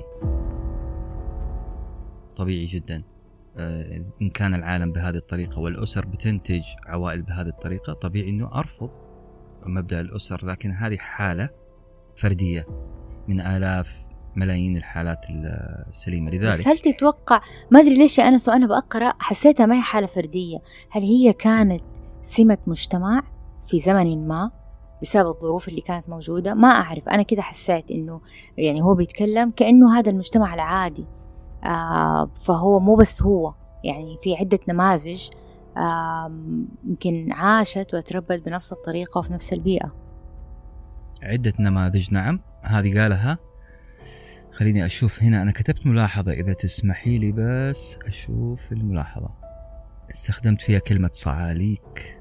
Speaker 1: طبيعي جدا. إن كان العالم بهذه الطريقة والأسر بتنتج عوائل بهذه الطريقة، طبيعي إنه أرفض مبدأ الأسر. لكن هذه حالة فردية من آلاف ملايين الحالات السليمة. لذلك
Speaker 2: بس هل تتوقع، ما أدري ليش أنا سؤال بقرأ حسيتها ما هي حالة فردية، هل هي كانت سمة مجتمع في زمن ما بسبب الظروف اللي كانت موجودة؟ ما أعرف، أنا كده حسيت إنه يعني هو بيتكلم كأنه هذا المجتمع العادي. فهو مو بس هو، يعني في عدة نماذج يمكن عاشت وتربت بنفس الطريقة وفي نفس البيئة.
Speaker 1: عدة نماذج، نعم، هذه قالها. خليني أشوف هنا، أنا كتبت ملاحظة إذا تسمحي لي بس أشوف الملاحظة. استخدمت فيها كلمة صعاليك.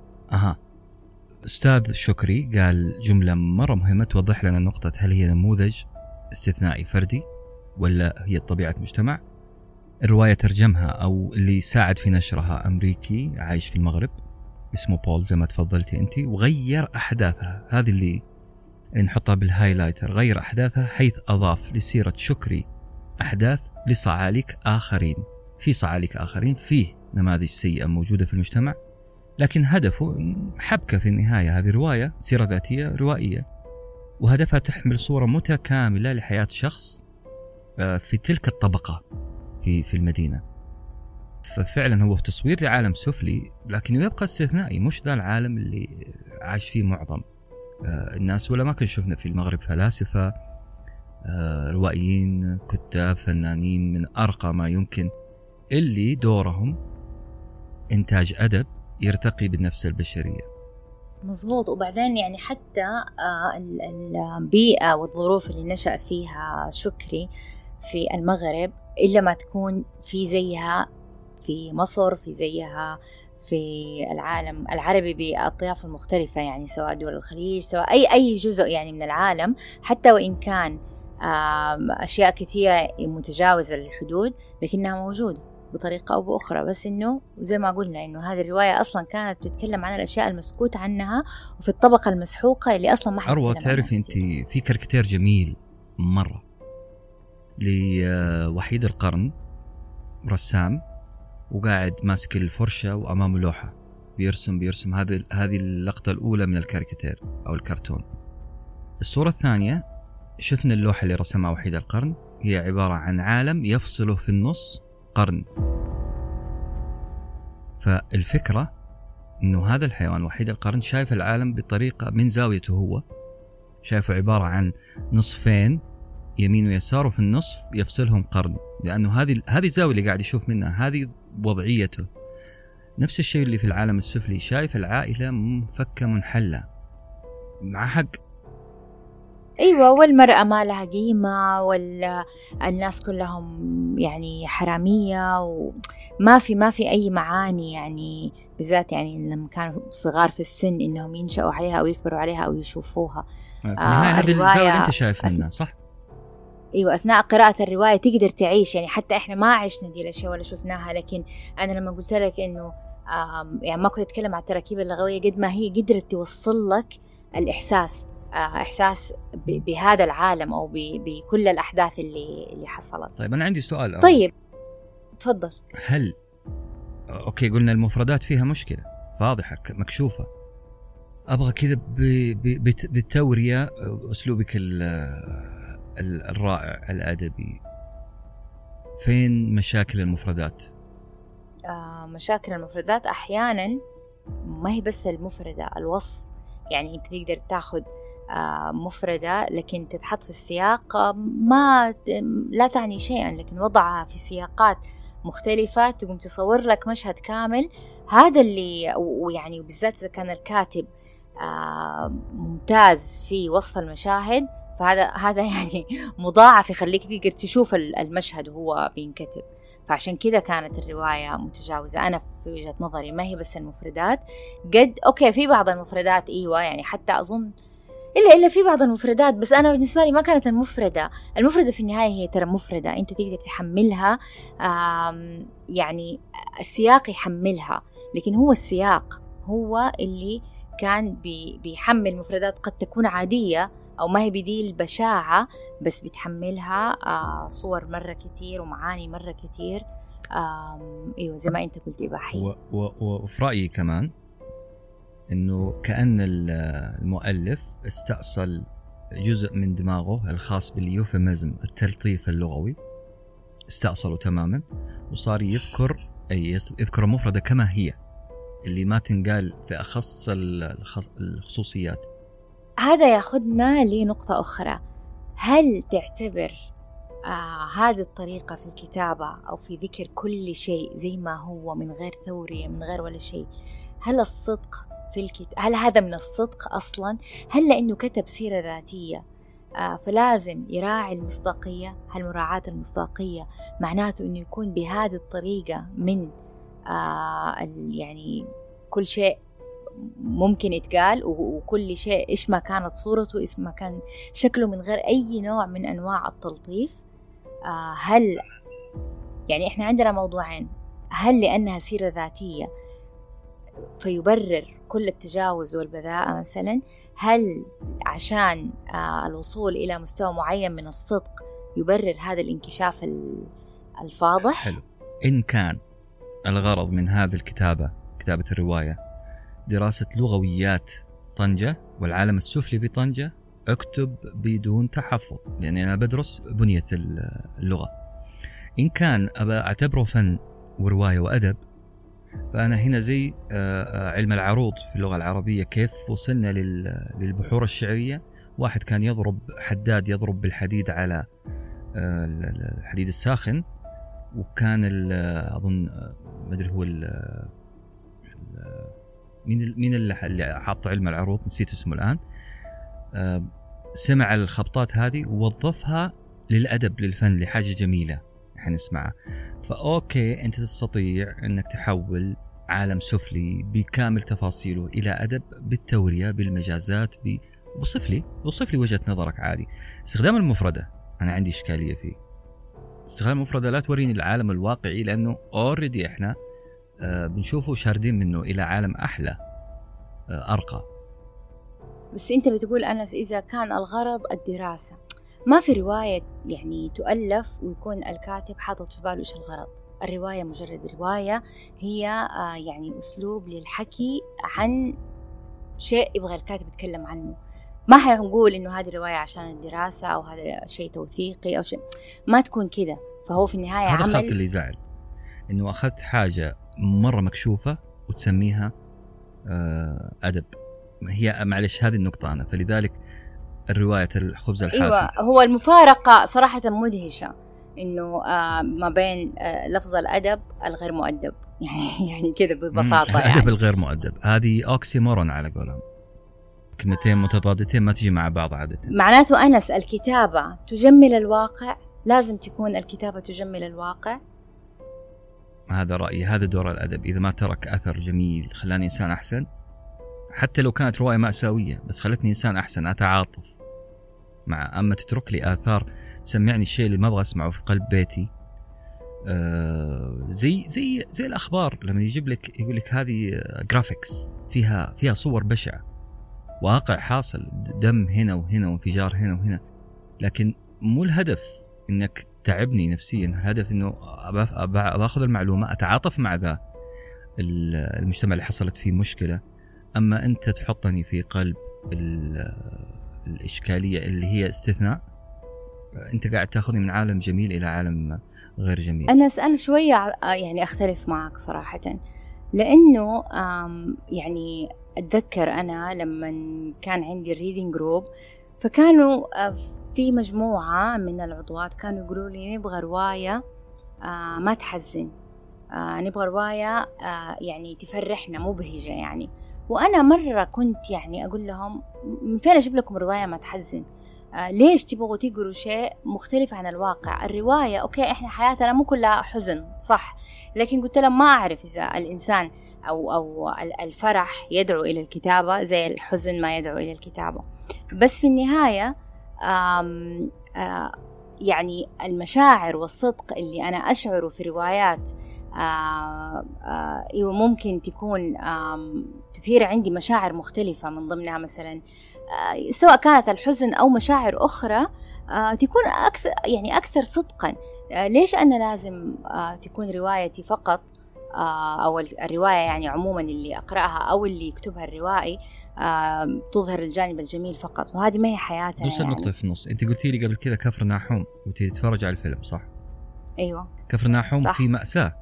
Speaker 1: أستاذ شكري قال جملة مرة مهمة توضح لنا نقطة هل هي نموذج استثنائي فردي ولا هي طبيعة مجتمع. الرواية ترجمها أو اللي ساعد في نشرها أمريكي عايش في المغرب اسمه بول زي ما تفضلتي أنت، وغير أحداثها. هذه اللي نحطها بالهايلايتر، غير أحداثها حيث أضاف لسيرة شكري أحداث لصعاليك آخرين. في صعاليك آخرين، فيه نماذج سيئة موجودة في المجتمع، لكن هدفه حبكة في النهاية. هذه رواية سيرة ذاتية روائية، وهدفها تحمل صورة متكاملة لحياة شخص في تلك الطبقة في المدينة. ففعلا هو تصوير لعالم سفلي، لكنه يبقى استثنائي، مش ذا العالم اللي عاش فيه معظم الناس. ولا ما كنا شفنا في المغرب فلاسفة، روائيين، كتاب، فنانين من أرقى ما يمكن، اللي دورهم إنتاج أدب يرتقي بالنفس البشرية.
Speaker 2: مظبوط. وبعدين يعني حتى البيئة والظروف اللي نشأ فيها شكري في المغرب إلا ما تكون في زيها في مصر، في زيها في العالم العربي بالأطياف المختلفة، يعني سواء دول الخليج، سواء أي جزء يعني من العالم، حتى وإن كان أشياء كثيرة متجاوزة للحدود لكنها موجودة بطريقة أو بأخرى. بس إنه زي ما قلنا إنه هذه الرواية أصلا كانت بتتكلم عن الأشياء المسكوت عنها وفي الطبقة المسحوقة اللي أصلا ما حد يتكلم عنها.
Speaker 1: تعرف أنت في كاركتير جميل مرة لوحيد القرن، رسام، وقاعد ماسك الفرشة وأمامه لوحة بيرسم. هذه اللقطة الأولى من الكاريكاتير أو الكرتون. الصورة الثانية شفنا اللوحة اللي رسمها وحيد القرن، هي عبارة عن عالم يفصله في النص قرن. فالفكرة إنه هذا الحيوان وحيد القرن شايف العالم بطريقة من زاويته هو، شايفه عبارة عن نصفين يمين ويسار، وفي النصف يفصلهم قرن، لأنه هذه الزاوية اللي قاعد يشوف منها، هذه وضعيته. نفس الشيء اللي في العالم السفلي، شايف العائلة منفكة منحلة مع حق.
Speaker 2: أيوة، والمرأة ما لها قيمة، والناس كلهم يعني حرامية، وما في أي معاني، يعني بالذات يعني لما كانوا صغار في السن إنهم ينشأوا عليها أو يكبروا عليها أو يشوفوها.
Speaker 1: هذه الزاوية اللي أنت شايف منها، صح؟
Speaker 2: أيوة، أثناء قراءة الرواية تقدر تعيش، يعني حتى إحنا ما عشنا دي الأشياء ولا شفناها، لكن أنا لما قلت لك إنه يعني ما كنت أتكلم عن التراكيب اللغوية قد ما هي قدرت توصل لك الإحساس، إحساس بهذا العالم أو بكل الأحداث اللي حصلت.
Speaker 1: طيب أنا عندي سؤال.
Speaker 2: طيب تفضل.
Speaker 1: هل أوكي قلنا المفردات فيها مشكلة واضحة مكشوفة، أبغى كذا بالتورية أسلوبك الرائع الأدبي، فين مشاكل المفردات؟
Speaker 2: مشاكل المفردات أحيانا ما هي بس المفردة، الوصف. يعني أنت تقدر تأخذ مفردة لكن تتحط في السياق لا تعني شيئا، لكن وضعها في سياقات مختلفة تقوم تصور لك مشهد كامل. هذا اللي ويعني وبالذات إذا كان الكاتب ممتاز في وصف المشاهد، فهذا يعني مضاعف يخليك تقدر تشوف المشهد وهو بينكتب. فعشان كده كانت الرواية متجاوزة. أنا في وجهة نظري ما هي بس المفردات قد أوكي في بعض المفردات أيوة يعني حتى أظن إلا في بعض المفردات، بس أنا بالنسبة لي ما كانت المفردة في النهاية هي ترى مفردة أنت تقدر تحملها، يعني السياق يحملها، لكن هو السياق هو اللي كان بيحمل مفردات قد تكون عادية أو ما هي بدي البشاعة، بس بتحملها صور مرة كتير ومعاني مرة كتير. أيوة زي ما أنت قلت إباحية.
Speaker 1: وفي رأيي كمان إنه كأن المؤلف استأصل جزء من دماغه الخاص باليوفيميزم، التلطيف اللغوي، استأصله تماما وصار يذكر المفردة كما هي اللي ما تنقال في أخص الخصوصيات.
Speaker 2: هذا ياخدنا لنقطة أخرى. هل تعتبر هذه الطريقة في الكتابة أو في ذكر كل شيء زي ما هو من غير ثورية من غير ولا شيء، هل الصدق في الكتاب؟ هل هذا من الصدق أصلا؟ هل لأنه كتب سيرة ذاتية فلازم يراعي المصداقية؟ هل مراعاة المصداقية معناته أنه يكون بهذه الطريقة من يعني كل شيء ممكن يتقال وكل شيء إيش ما كانت صورته إيش ما كان شكله من غير أي نوع من أنواع التلطيف؟ هل يعني إحنا عندنا موضوعين، هل لأنها سيرة ذاتية فيبرر كل التجاوز والبذاءة مثلا؟ هل عشان الوصول إلى مستوى معين من الصدق يبرر هذا الانكشاف الفاضح؟
Speaker 1: حلو. إن كان الغرض من هذه كتابة الرواية دراسة لغويات طنجة والعالم السفلي في طنجة، أكتب بدون تحفظ لأن أنا بدرس بنية اللغة. إن كان أبى أعتبره فن ورواية وأدب، فأنا هنا زي علم العروض في اللغة العربية، كيف وصلنا للبحور الشعرية. واحد كان حداد يضرب بالحديد على الحديد الساخن، وكان أظن ما أدري هو مين اللي حاط علم العروض نسيت اسمه الآن، سمع الخبطات هذه ووظفها للأدب للفن لحاجة جميلة حنسمعها. فأوكي أنت تستطيع أنك تحول عالم سفلي بكامل تفاصيله إلى أدب بالتورية بالمجازات وصف لي وجهة نظرك عادي. استخدام المفردة أنا عندي إشكالية فيه. استخدام المفردة لا توريني العالم الواقعي، لأنه already إحنا بنشوفه شاردين منه إلى عالم أحلى أرقى.
Speaker 2: بس أنت بتقول أنس إذا كان الغرض الدراسة، ما في رواية يعني تؤلف ويكون الكاتب حاطط في باله إيش الغرض. الرواية مجرد رواية، هي يعني أسلوب للحكي عن شيء يبغى الكاتب يتكلم عنه. ما حنقول إنه هذه رواية عشان الدراسة أو هذا شيء توثيقي أو شيء، ما تكون كده. فهو في النهاية
Speaker 1: هذا الخط اللي يزعل، إنه أخذت حاجة مرة مكشوفة وتسميها أدب. هي معلش هذه النقطة أنا، فلذلك الرواية الخبز الحاتي.
Speaker 2: أيوة، هو المفارقة صراحة مدهشة إنه ما بين لفظ الأدب الغير مؤدب يعني كده ببساطة.
Speaker 1: يعني الأدب الغير مؤدب هذه أوكسيمورون على قولهم، كلمتين متضادتين ما تجي مع بعض عادة.
Speaker 2: معناته أنس الكتابة تجمل الواقع، لازم تكون الكتابة تجمل الواقع.
Speaker 1: هذا رأيي، هذا دور الأدب. إذا ما ترك أثر جميل خلاني إنسان أحسن، حتى لو كانت رواية مأساوية بس خلتني إنسان أحسن أتعاطف مع. أما تترك لي آثار تسمعني الشيء اللي ما أبغى أسمعه في قلب بيتي، زي الأخبار لما يجيب لك يقول لك هذه جرافيكس فيها صور بشعة، واقع حاصل، دم هنا وهنا وانفجار هنا وهنا، لكن مو الهدف إنك تعبني نفسيا. الهدف إنه أخذ المعلومة أتعاطف مع ذا المجتمع اللي حصلت فيه مشكلة. أما أنت تحطني في قلب الإشكالية اللي هي استثناء، أنت قاعد تأخذني من عالم جميل إلى عالم غير جميل.
Speaker 2: أنا شوية يعني أختلف معك صراحة، لأنه يعني أتذكر أنا لما كان عندي الريدينج جروب، فكانوا في مجموعة من العضوات كانوا يقولوا لي نبغى رواية ما تحزن، نبغى رواية يعني تفرحنا، مبهجة يعني. وأنا مرة كنت يعني أقول لهم من فين أجيب لكم رواية ما تحزن؟ ليش تبغوا تقروا شيء مختلف عن الواقع؟ الرواية أوكي إحنا حياتنا مو كلها حزن صح، لكن قلت لهم ما أعرف إذا الإنسان أو الفرح يدعو إلى الكتابة زي الحزن ما يدعو إلى الكتابة. بس في النهاية يعني المشاعر والصدق اللي أنا أشعره في روايات ممكن تكون تثير عندي مشاعر مختلفة، من ضمنها مثلا سواء كانت الحزن أو مشاعر أخرى تكون أكثر صدقا. ليش أنا لازم تكون روايتي فقط أو الرواية يعني عموما اللي أقرأها أو اللي يكتبها الروائي تظهر الجانب الجميل فقط، وهذه ما هي حياتنا.
Speaker 1: نص النقطة في النص. أنت قلتي لي قبل كذا كفر ناحوم وتتفرج على الفيلم صح؟
Speaker 2: أيوة
Speaker 1: كفر ناحوم صح. في مأساة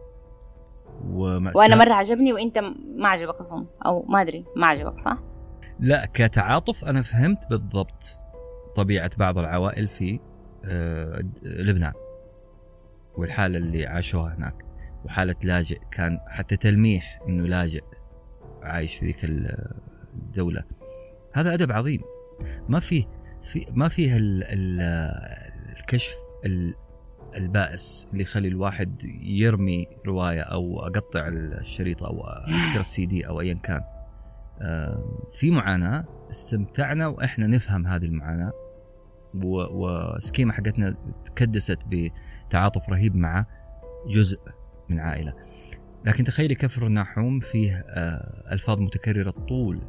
Speaker 2: وأنا مرة عجبني وإنت ما عجبك أظن، أو ما أدري ما عجبك صح؟
Speaker 1: لا كتعاطف أنا فهمت بالضبط طبيعة بعض العوائل في لبنان والحالة اللي عاشوها هناك، وحالة لاجئ كان حتى تلميح إنه لاجئ عايش في ذيك الدولة. هذا أدب عظيم، ما فيه الكشف البائس اللي يخلي الواحد يرمي رواية أو أقطع الشريط أو أكسر السي دي أو أيا كان. في معاناة استمتعنا وإحنا نفهم هذه المعاناة، وسكيمة حقتنا تكدست بتعاطف رهيب مع جزء من عائلة. لكن تخيلي كفر الناحوم فيه ألفاظ متكررة طول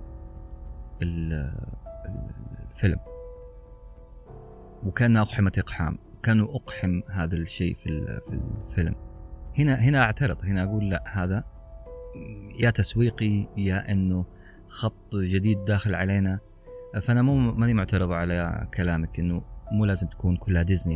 Speaker 1: الفيلم، وكان أقحمة إقحام، كانوا أقحم هذا الشيء في الفيلم. هنا أعترض، هنا أقول لا، هذا يا تسويقي يا أنه خط جديد داخل علينا. فأنا ماني معترض على كلامك إنه مو لازم تكون كلها ديزني،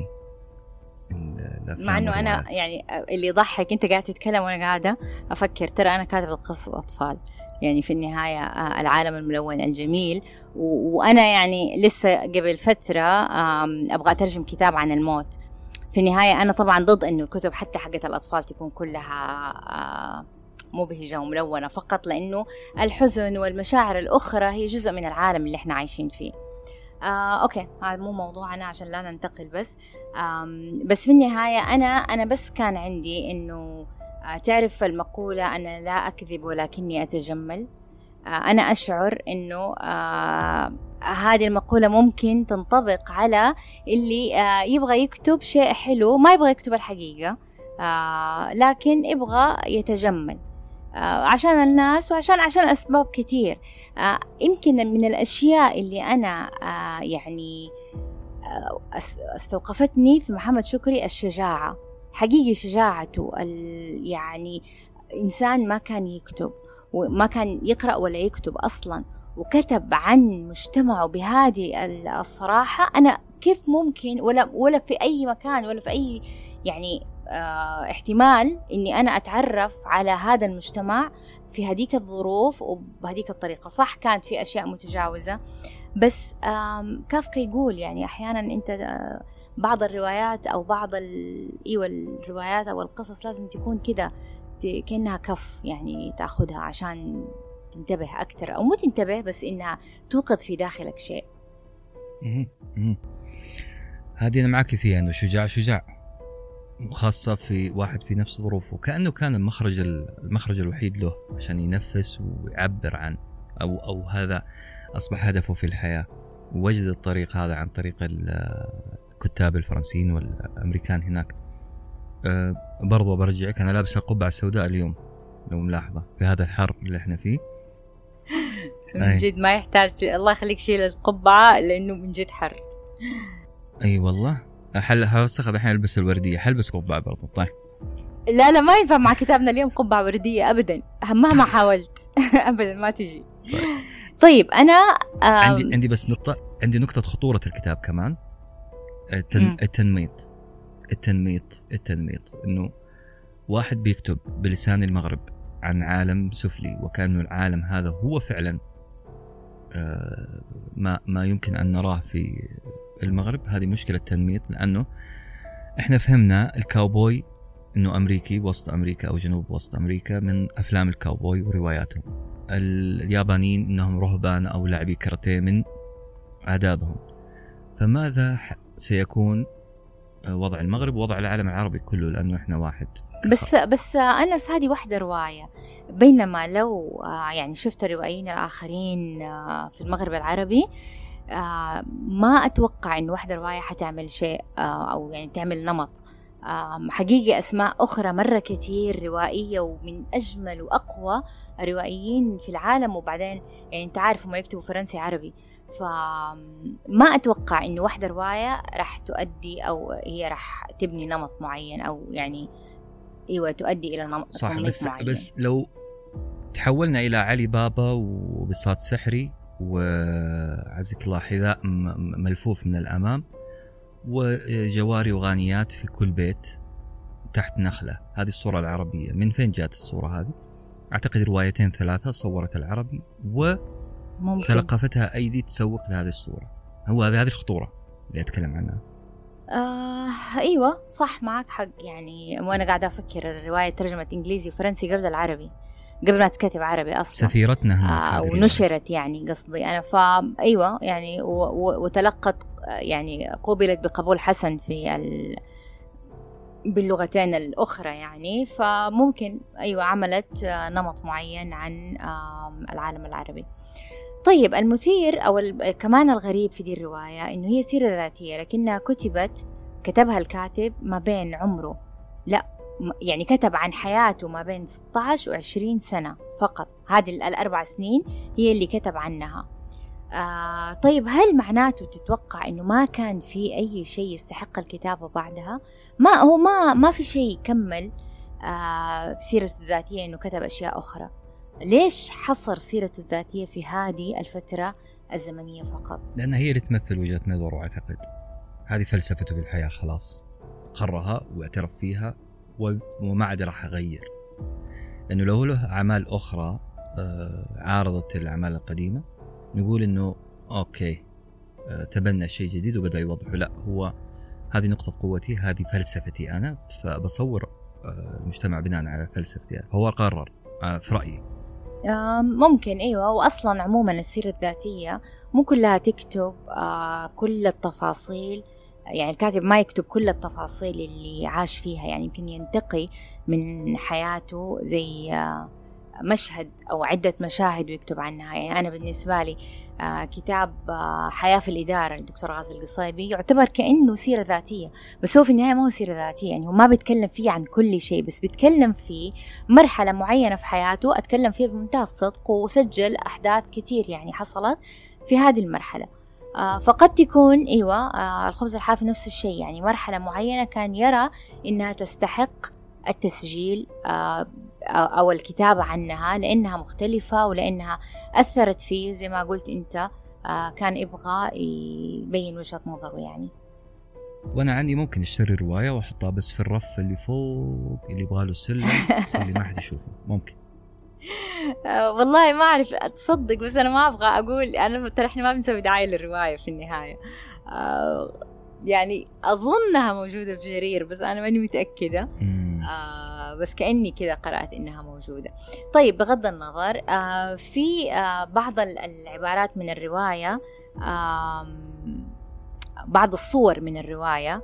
Speaker 2: مع انه انا يعني اللي يضحك انت قاعد تتكلم وانا قاعده افكر ترى انا كاتبه قصه اطفال يعني في النهايه العالم الملون الجميل، وانا يعني لسه قبل فتره ابغى اترجم كتاب عن الموت. في النهايه انا طبعا ضد انه الكتب حتى حقت الاطفال تكون كلها مبهجه وملونه فقط، لانه الحزن والمشاعر الاخرى هي جزء من العالم اللي احنا عايشين فيه. اوكي هذا مو موضوعنا عشان لا ننتقل، بس في النهاية أنا بس كان عندي إنه تعرف المقولة أنا لا أكذب ولكني أتجمل. أنا أشعر إنه هذه المقولة ممكن تنطبق على اللي يبغى يكتب شيء حلو، ما يبغى يكتب الحقيقة لكن يبغى يتجمل عشان الناس وعشان أسباب كتير. يمكن من الأشياء اللي أنا يعني استوقفتني في محمد شكري الشجاعة، حقيقي شجاعته. يعني إنسان ما كان يكتب وما كان يقرأ ولا يكتب أصلا، وكتب عن مجتمعه بهذه الصراحة. أنا كيف ممكن ولا في أي مكان ولا في أي يعني احتمال إني أنا أتعرف على هذا المجتمع في هذيك الظروف وبهذيك الطريقة. صح كانت في أشياء متجاوزة، بس كافكا يقول يعني أحيانا أنت بعض الروايات أو بعض الروايات أو القصص لازم تكون كده كأنها كف يعني تأخذها عشان تنتبه أكتر، أو مو تنتبه بس إنها توقظ في داخلك شيء.
Speaker 1: هذه أنا معك فيها، إنه شجاع خاصة في واحد في نفس ظروفه، كأنه كان المخرج الوحيد له عشان ينفس ويعبر عن أو هذا أصبح هدفه في الحياة، ووجد الطريق هذا عن طريق الكتاب الفرنسيين والأمريكان هناك. برضو برجعك، أنا لابس القبعة السوداء اليوم لو ملاحظة في هذا الحر اللي احنا فيه.
Speaker 2: من جد ما يحتاج، الله يخليك شيل القبعة لأنه من جد حر.
Speaker 1: أي والله هوسخ الحين ألبس الوردية، حلبس قبعة برضو. طيب
Speaker 2: لا ما ينفع مع كتابنا اليوم قبعة وردية أبدا مهما حاولت أبدا ما تجي. طيب أنا
Speaker 1: عندي بس نقطة خطورة الكتاب كمان. التنميط إنه واحد بيكتب بلسان المغرب عن عالم سفلي، وكأنه العالم هذا هو فعلا ما يمكن أن نراه في المغرب. هذه مشكلة التنميط، لأنه إحنا فهمنا الكاوبوي إنه أمريكي وسط أمريكا أو جنوب وسط أمريكا من أفلام الكاوبوي ورواياتهم. اليابانيين إنهم رهبان أو لاعبي كاراتيه من آدابهم. فماذا سيكون وضع المغرب ووضع العالم العربي كله، لأنه إحنا واحد؟
Speaker 2: بس أنس هذه واحدة رواية، بينما لو يعني شفت الروائيين الآخرين في المغرب العربي ما أتوقع إن واحدة رواية حتعمل شيء أو يعني تعمل نمط. حقيقي أسماء أخرى مرة كتير روائية ومن أجمل وأقوى الروائيين في العالم، وبعدين يعني أنت عارف هم يكتبوا فرنسي عربي، فما أتوقع إنه واحدة رواية راح تؤدي أو هي راح تبني نمط معين أو يعني ايوه تؤدي الى نمط
Speaker 1: صح.
Speaker 2: معين.
Speaker 1: بس لو تحولنا الى علي بابا وبساط سحري وعزك الله حذاء ملفوف من الامام وجواري وغانيات في كل بيت تحت نخله، هذه الصوره العربيه. من فين جات الصوره هذه؟ اعتقد روايتين ثلاثه صورت العربي وتلقفتها ايدي تسوق لهذه الصوره. هذه الخطوره اللي اتكلم عنها.
Speaker 2: ايوه صح، معك حق. يعني وانا قاعده افكر الروايه ترجمت انجليزي وفرنسي قبل العربي، قبل ما تكتب عربي اصلا،
Speaker 1: سفيرتنا
Speaker 2: ونشرت يعني قصدي انا. فايوه يعني وتلقت يعني قوبلت بقبول حسن في باللغتين الاخرى يعني. فممكن ايوه عملت نمط معين عن العالم العربي. طيب المثير أو كمان الغريب في دي الرواية إنه هي سيرة ذاتية، لكنها كتبها الكاتب ما بين عمره يعني كتب عن حياته ما بين 16 و20 سنة فقط. هذه 4 سنين هي اللي كتب عنها. طيب هل معناته تتوقع إنه ما كان في أي شيء يستحق الكتابة بعدها؟ ما في شيء كمل سيرته الذاتية إنه كتب أشياء أخرى. ليش حصر سيرته الذاتية في هذه الفترة الزمنية فقط؟
Speaker 1: لأن هي اللي تمثل وجهة نظره. أعتقد هذه فلسفته في الحياة، خلاص قررها واعترف فيها وما عاد راح أغير. لأنه لو له أعمال أخرى عارضت الأعمال القديمة نقول إنه أوكي تبنى شيء جديد وبدأ يوضحه. لا، هو هذه نقطة قوتي، هذه فلسفتي أنا، فبصور المجتمع بناء على فلسفتي. هو قرر في رأيي.
Speaker 2: ممكن أيوة. وأصلا عموما السيرة الذاتية مو كلها تكتب كل التفاصيل. يعني الكاتب ما يكتب كل التفاصيل اللي عاش فيها، يعني يمكن ينتقي من حياته زي مشهد أو عدة مشاهد ويكتب عنها. يعني أنا بالنسبة لي كتاب حياة في الإدارة للدكتور غازي القصيبي يعتبر كأنه سيرة ذاتية، بس هو في النهاية ما هو سيرة ذاتية. يعني هو ما بيتكلم فيه عن كل شيء، بس بيتكلم فيه مرحلة معينة في حياته أتكلم فيها بمنتهى الصدق، وسجل أحداث كتير يعني حصلت في هذه المرحلة. فقد تكون الخبز الحافي نفس الشيء، يعني مرحلة معينة كان يرى إنها تستحق التسجيل أو الكتابة عنها لأنها مختلفة ولأنها أثرت فيه زي ما قلت أنت. كان يبغى يبين وجهة نظره يعني.
Speaker 1: وأنا عندي ممكن اشتري رواية وأحطها بس في الرف اللي فوق اللي يبغى له السلم اللي ما حد يشوفه. ممكن
Speaker 2: والله ما أعرف أتصدق، بس أنا ما أبغى أقول. أنا ترى إحنا ما بنسوي دعاية للرواية في النهاية. يعني أظنها موجودة في جرير بس أنا ماني متأكدة. بس كأني كذا قرأت إنها موجودة. طيب بغض النظر، في بعض العبارات من الرواية، بعض الصور من الرواية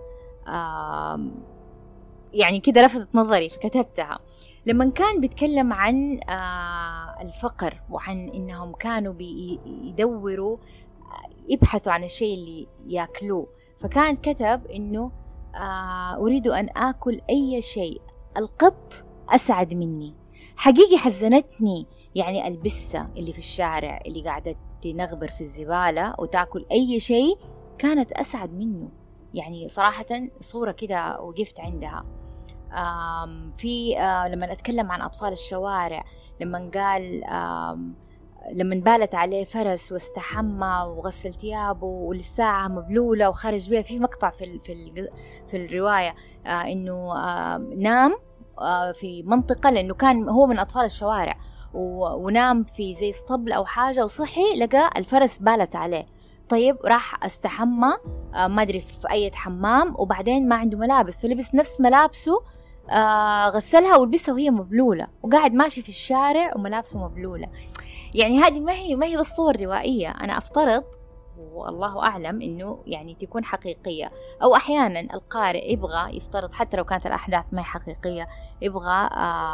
Speaker 2: يعني كده لفتت نظري فكتبتها. لما كان بيتكلم عن الفقر وعن إنهم كانوا بيدوروا يبحثوا عن الشيء اللي يأكلوه، فكان كتب إنه أريد أن آكل أي شيء، القط أسعد مني. حقيقي حزنتني يعني البسة اللي في الشارع اللي قاعدة تنغبر في الزبالة وتأكل أي شيء كانت أسعد منه. يعني صراحة صورة كده وقفت عندها. في لما أتكلم عن أطفال الشوارع، لما قال لما بالت عليه فرس واستحمى وغسل ثيابه والساعة مبلولة وخرج بها. في مقطع في الرواية إنه نام في منطقة، لأنه كان هو من أطفال الشوارع، ونام في زي اسطبل أو حاجة، وصحي لقى الفرس بالت عليه. طيب راح استحمى ما أدري في أي حمام، وبعدين ما عنده ملابس فلبس نفس ملابسه غسلها ولبسها وهي مبلولة، وقاعد ماشي في الشارع وملابسه مبلولة. يعني هذه ما هي بس صور روائية. أنا أفترض والله أعلم إنه يعني تكون حقيقية، أو أحيانا القارئ يبغى يفترض حتى لو كانت الأحداث ما هي حقيقية، يبغى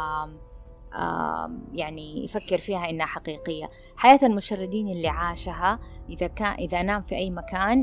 Speaker 2: يعني يفكر فيها إنها حقيقية. حياة المشردين اللي عاشها، إذا نام في أي مكان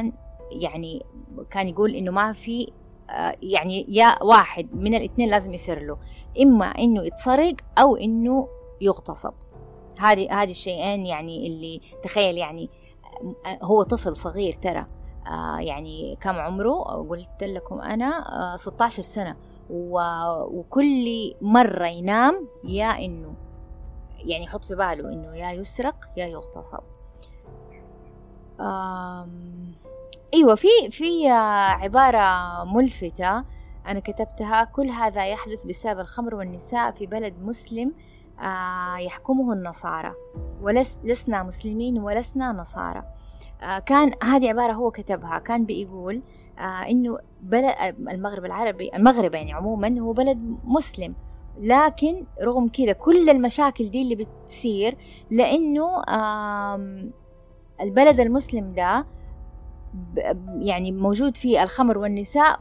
Speaker 2: كان يقول إنه ما في يعني يا واحد من الاثنين لازم يصير له، إما إنه يتسرق أو إنه يغتصب. هذه الشيئين يعني اللي تخيل. يعني هو طفل صغير ترى، يعني كم عمره؟ قلت لكم أنا 16 سنة، وكل مرة ينام يا إنه يعني يحط في باله إنه يا يسرق يا يغتصب. أيوة، في عبارة ملفتة أنا كتبتها: كل هذا يحدث بسبب الخمر والنساء في بلد مسلم يحكمه النصارى، ولسنا مسلمين ولسنا نصارى. كان هذه عبارة هو كتبها، كان بيقول إنه المغرب يعني عموما هو بلد مسلم، لكن رغم كذا كل المشاكل دي اللي بتصير لأنه البلد المسلم ده يعني موجود فيه الخمر والنساء،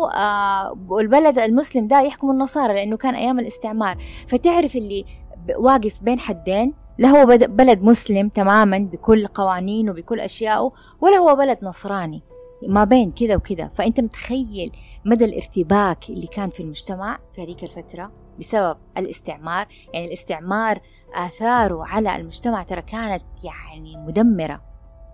Speaker 2: والبلد المسلم ده يحكم النصارى لأنه كان أيام الاستعمار. فتعرف اللي واقف بين حدين، لا هو بلد مسلم تماما بكل قوانينه وبكل أشيائه، ولا هو بلد نصراني، ما بين كذا وكذا. فأنت متخيل مدى الارتباك اللي كان في المجتمع في هذيك الفترة بسبب الاستعمار. يعني الاستعمار آثاره على المجتمع ترى كانت يعني مدمرة.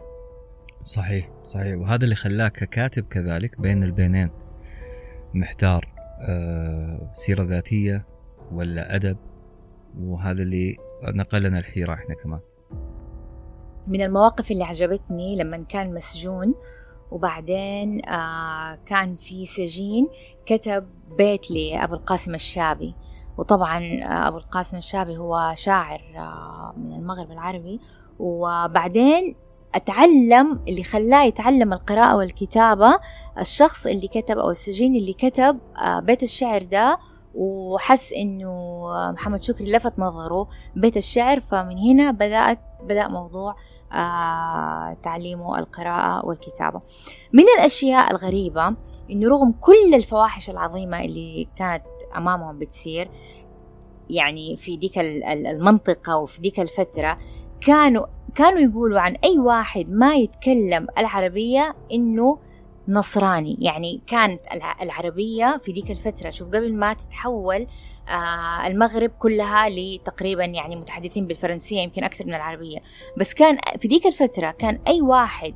Speaker 1: صحيح، وهذا اللي خلاك ككاتب كذلك بين البينين، محتار سيرة ذاتية ولا أدب، وهذا اللي نقلنا الحيرة إحنا كمان.
Speaker 2: من المواقف اللي عجبتني لما كان مسجون وبعدين كان في سجين، كتب بيت لأبو القاسم الشابي. وطبعا أبو القاسم الشابي هو شاعر من المغرب العربي، وبعدين أتعلم اللي خلاه يتعلم القراءة والكتابة الشخص اللي كتب أو السجين اللي كتب بيت الشعر ده، وحس إنه محمد شكري لفت نظره بيت الشعر، فمن هنا بدأ موضوع تعليمه القراءة والكتابة. من الأشياء الغريبة إنه رغم كل الفواحش العظيمة اللي كانت أمامهم بتصير يعني في ديك المنطقة وفي ديك الفترة، كانوا يقولوا عن أي واحد ما يتكلم العربية إنه نصراني. يعني كانت العربية في ديك الفترة، شوف قبل ما تتحول المغرب كلها لتقريبا يعني متحدثين بالفرنسية يمكن أكثر من العربية، بس كان في ديك الفترة كان أي واحد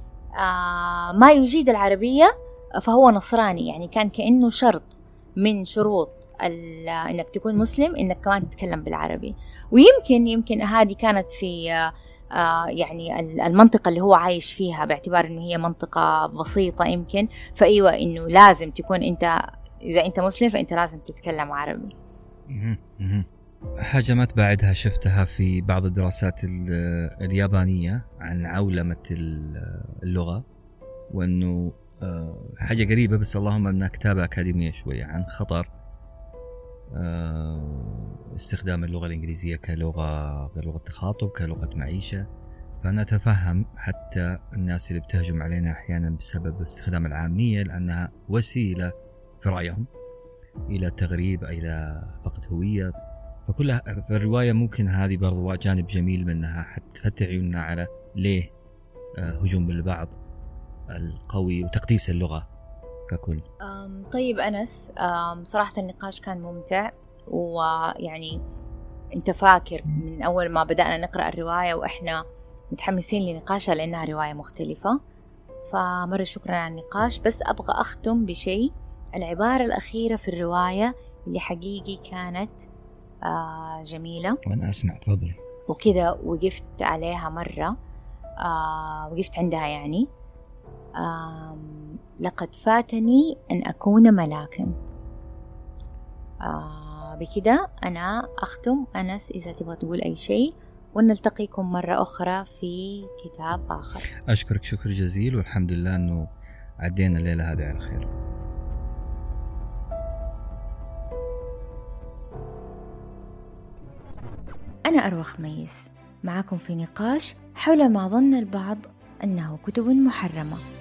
Speaker 2: ما يجيد العربية فهو نصراني. يعني كان كأنه شرط من شروط إنك تكون مسلم إنك كمان تتكلم بالعربي. ويمكن هذه كانت في يعني المنطقة اللي هو عايش فيها، باعتبار إنه هي منطقة بسيطة يمكن، فأيوة إنه لازم تكون أنت، إذا أنت مسلم فأنت لازم تتكلم عربي.
Speaker 1: حاجة ما تبعدها شفتها في بعض الدراسات اليابانية عن عولمة اللغة، وأنه حاجة قريبة بس اللهم أنها كتابة أكاديمية شوية عن خطر استخدام اللغة الإنجليزية كلغة تخاطب، كلغة معيشة. فأنا أتفهم حتى الناس اللي بتهجم علينا أحيانا بسبب استخدام العامية، لأنها وسيلة في رأيهم إلى تغريب، إلى فقد هوية. فكلها في الرواية ممكن هذه برضو جانب جميل منها، حتى تفتح عيوننا على ليه هجوم بالبعض القوي وتقديس اللغة ككل.
Speaker 2: طيب أنس، صراحة النقاش كان ممتع، ويعني أنت فاكر من أول ما بدأنا نقرأ الرواية وإحنا متحمسين لنقاشها لأنها رواية مختلفة، فمرة شكرا على النقاش. بس أبغى أختم بشيء، العبارة الأخيرة في الرواية اللي حقيقي كانت جميلة
Speaker 1: وأنا أسمع، تفضل.
Speaker 2: وكذا وقفت عليها مرة، وقفت عندها يعني. لقد فاتني أن أكون ملاكا. بكده أنا أختم. أنس، إذا تبغى تقول أي شيء، ونلتقيكم مرة أخرى في كتاب آخر.
Speaker 1: أشكرك شكر جزيل، والحمد لله أنه عدينا الليلة هذه على خير.
Speaker 2: أنا أروى خميس معكم في نقاش حول ما ظن البعض أنه كتب محرمة.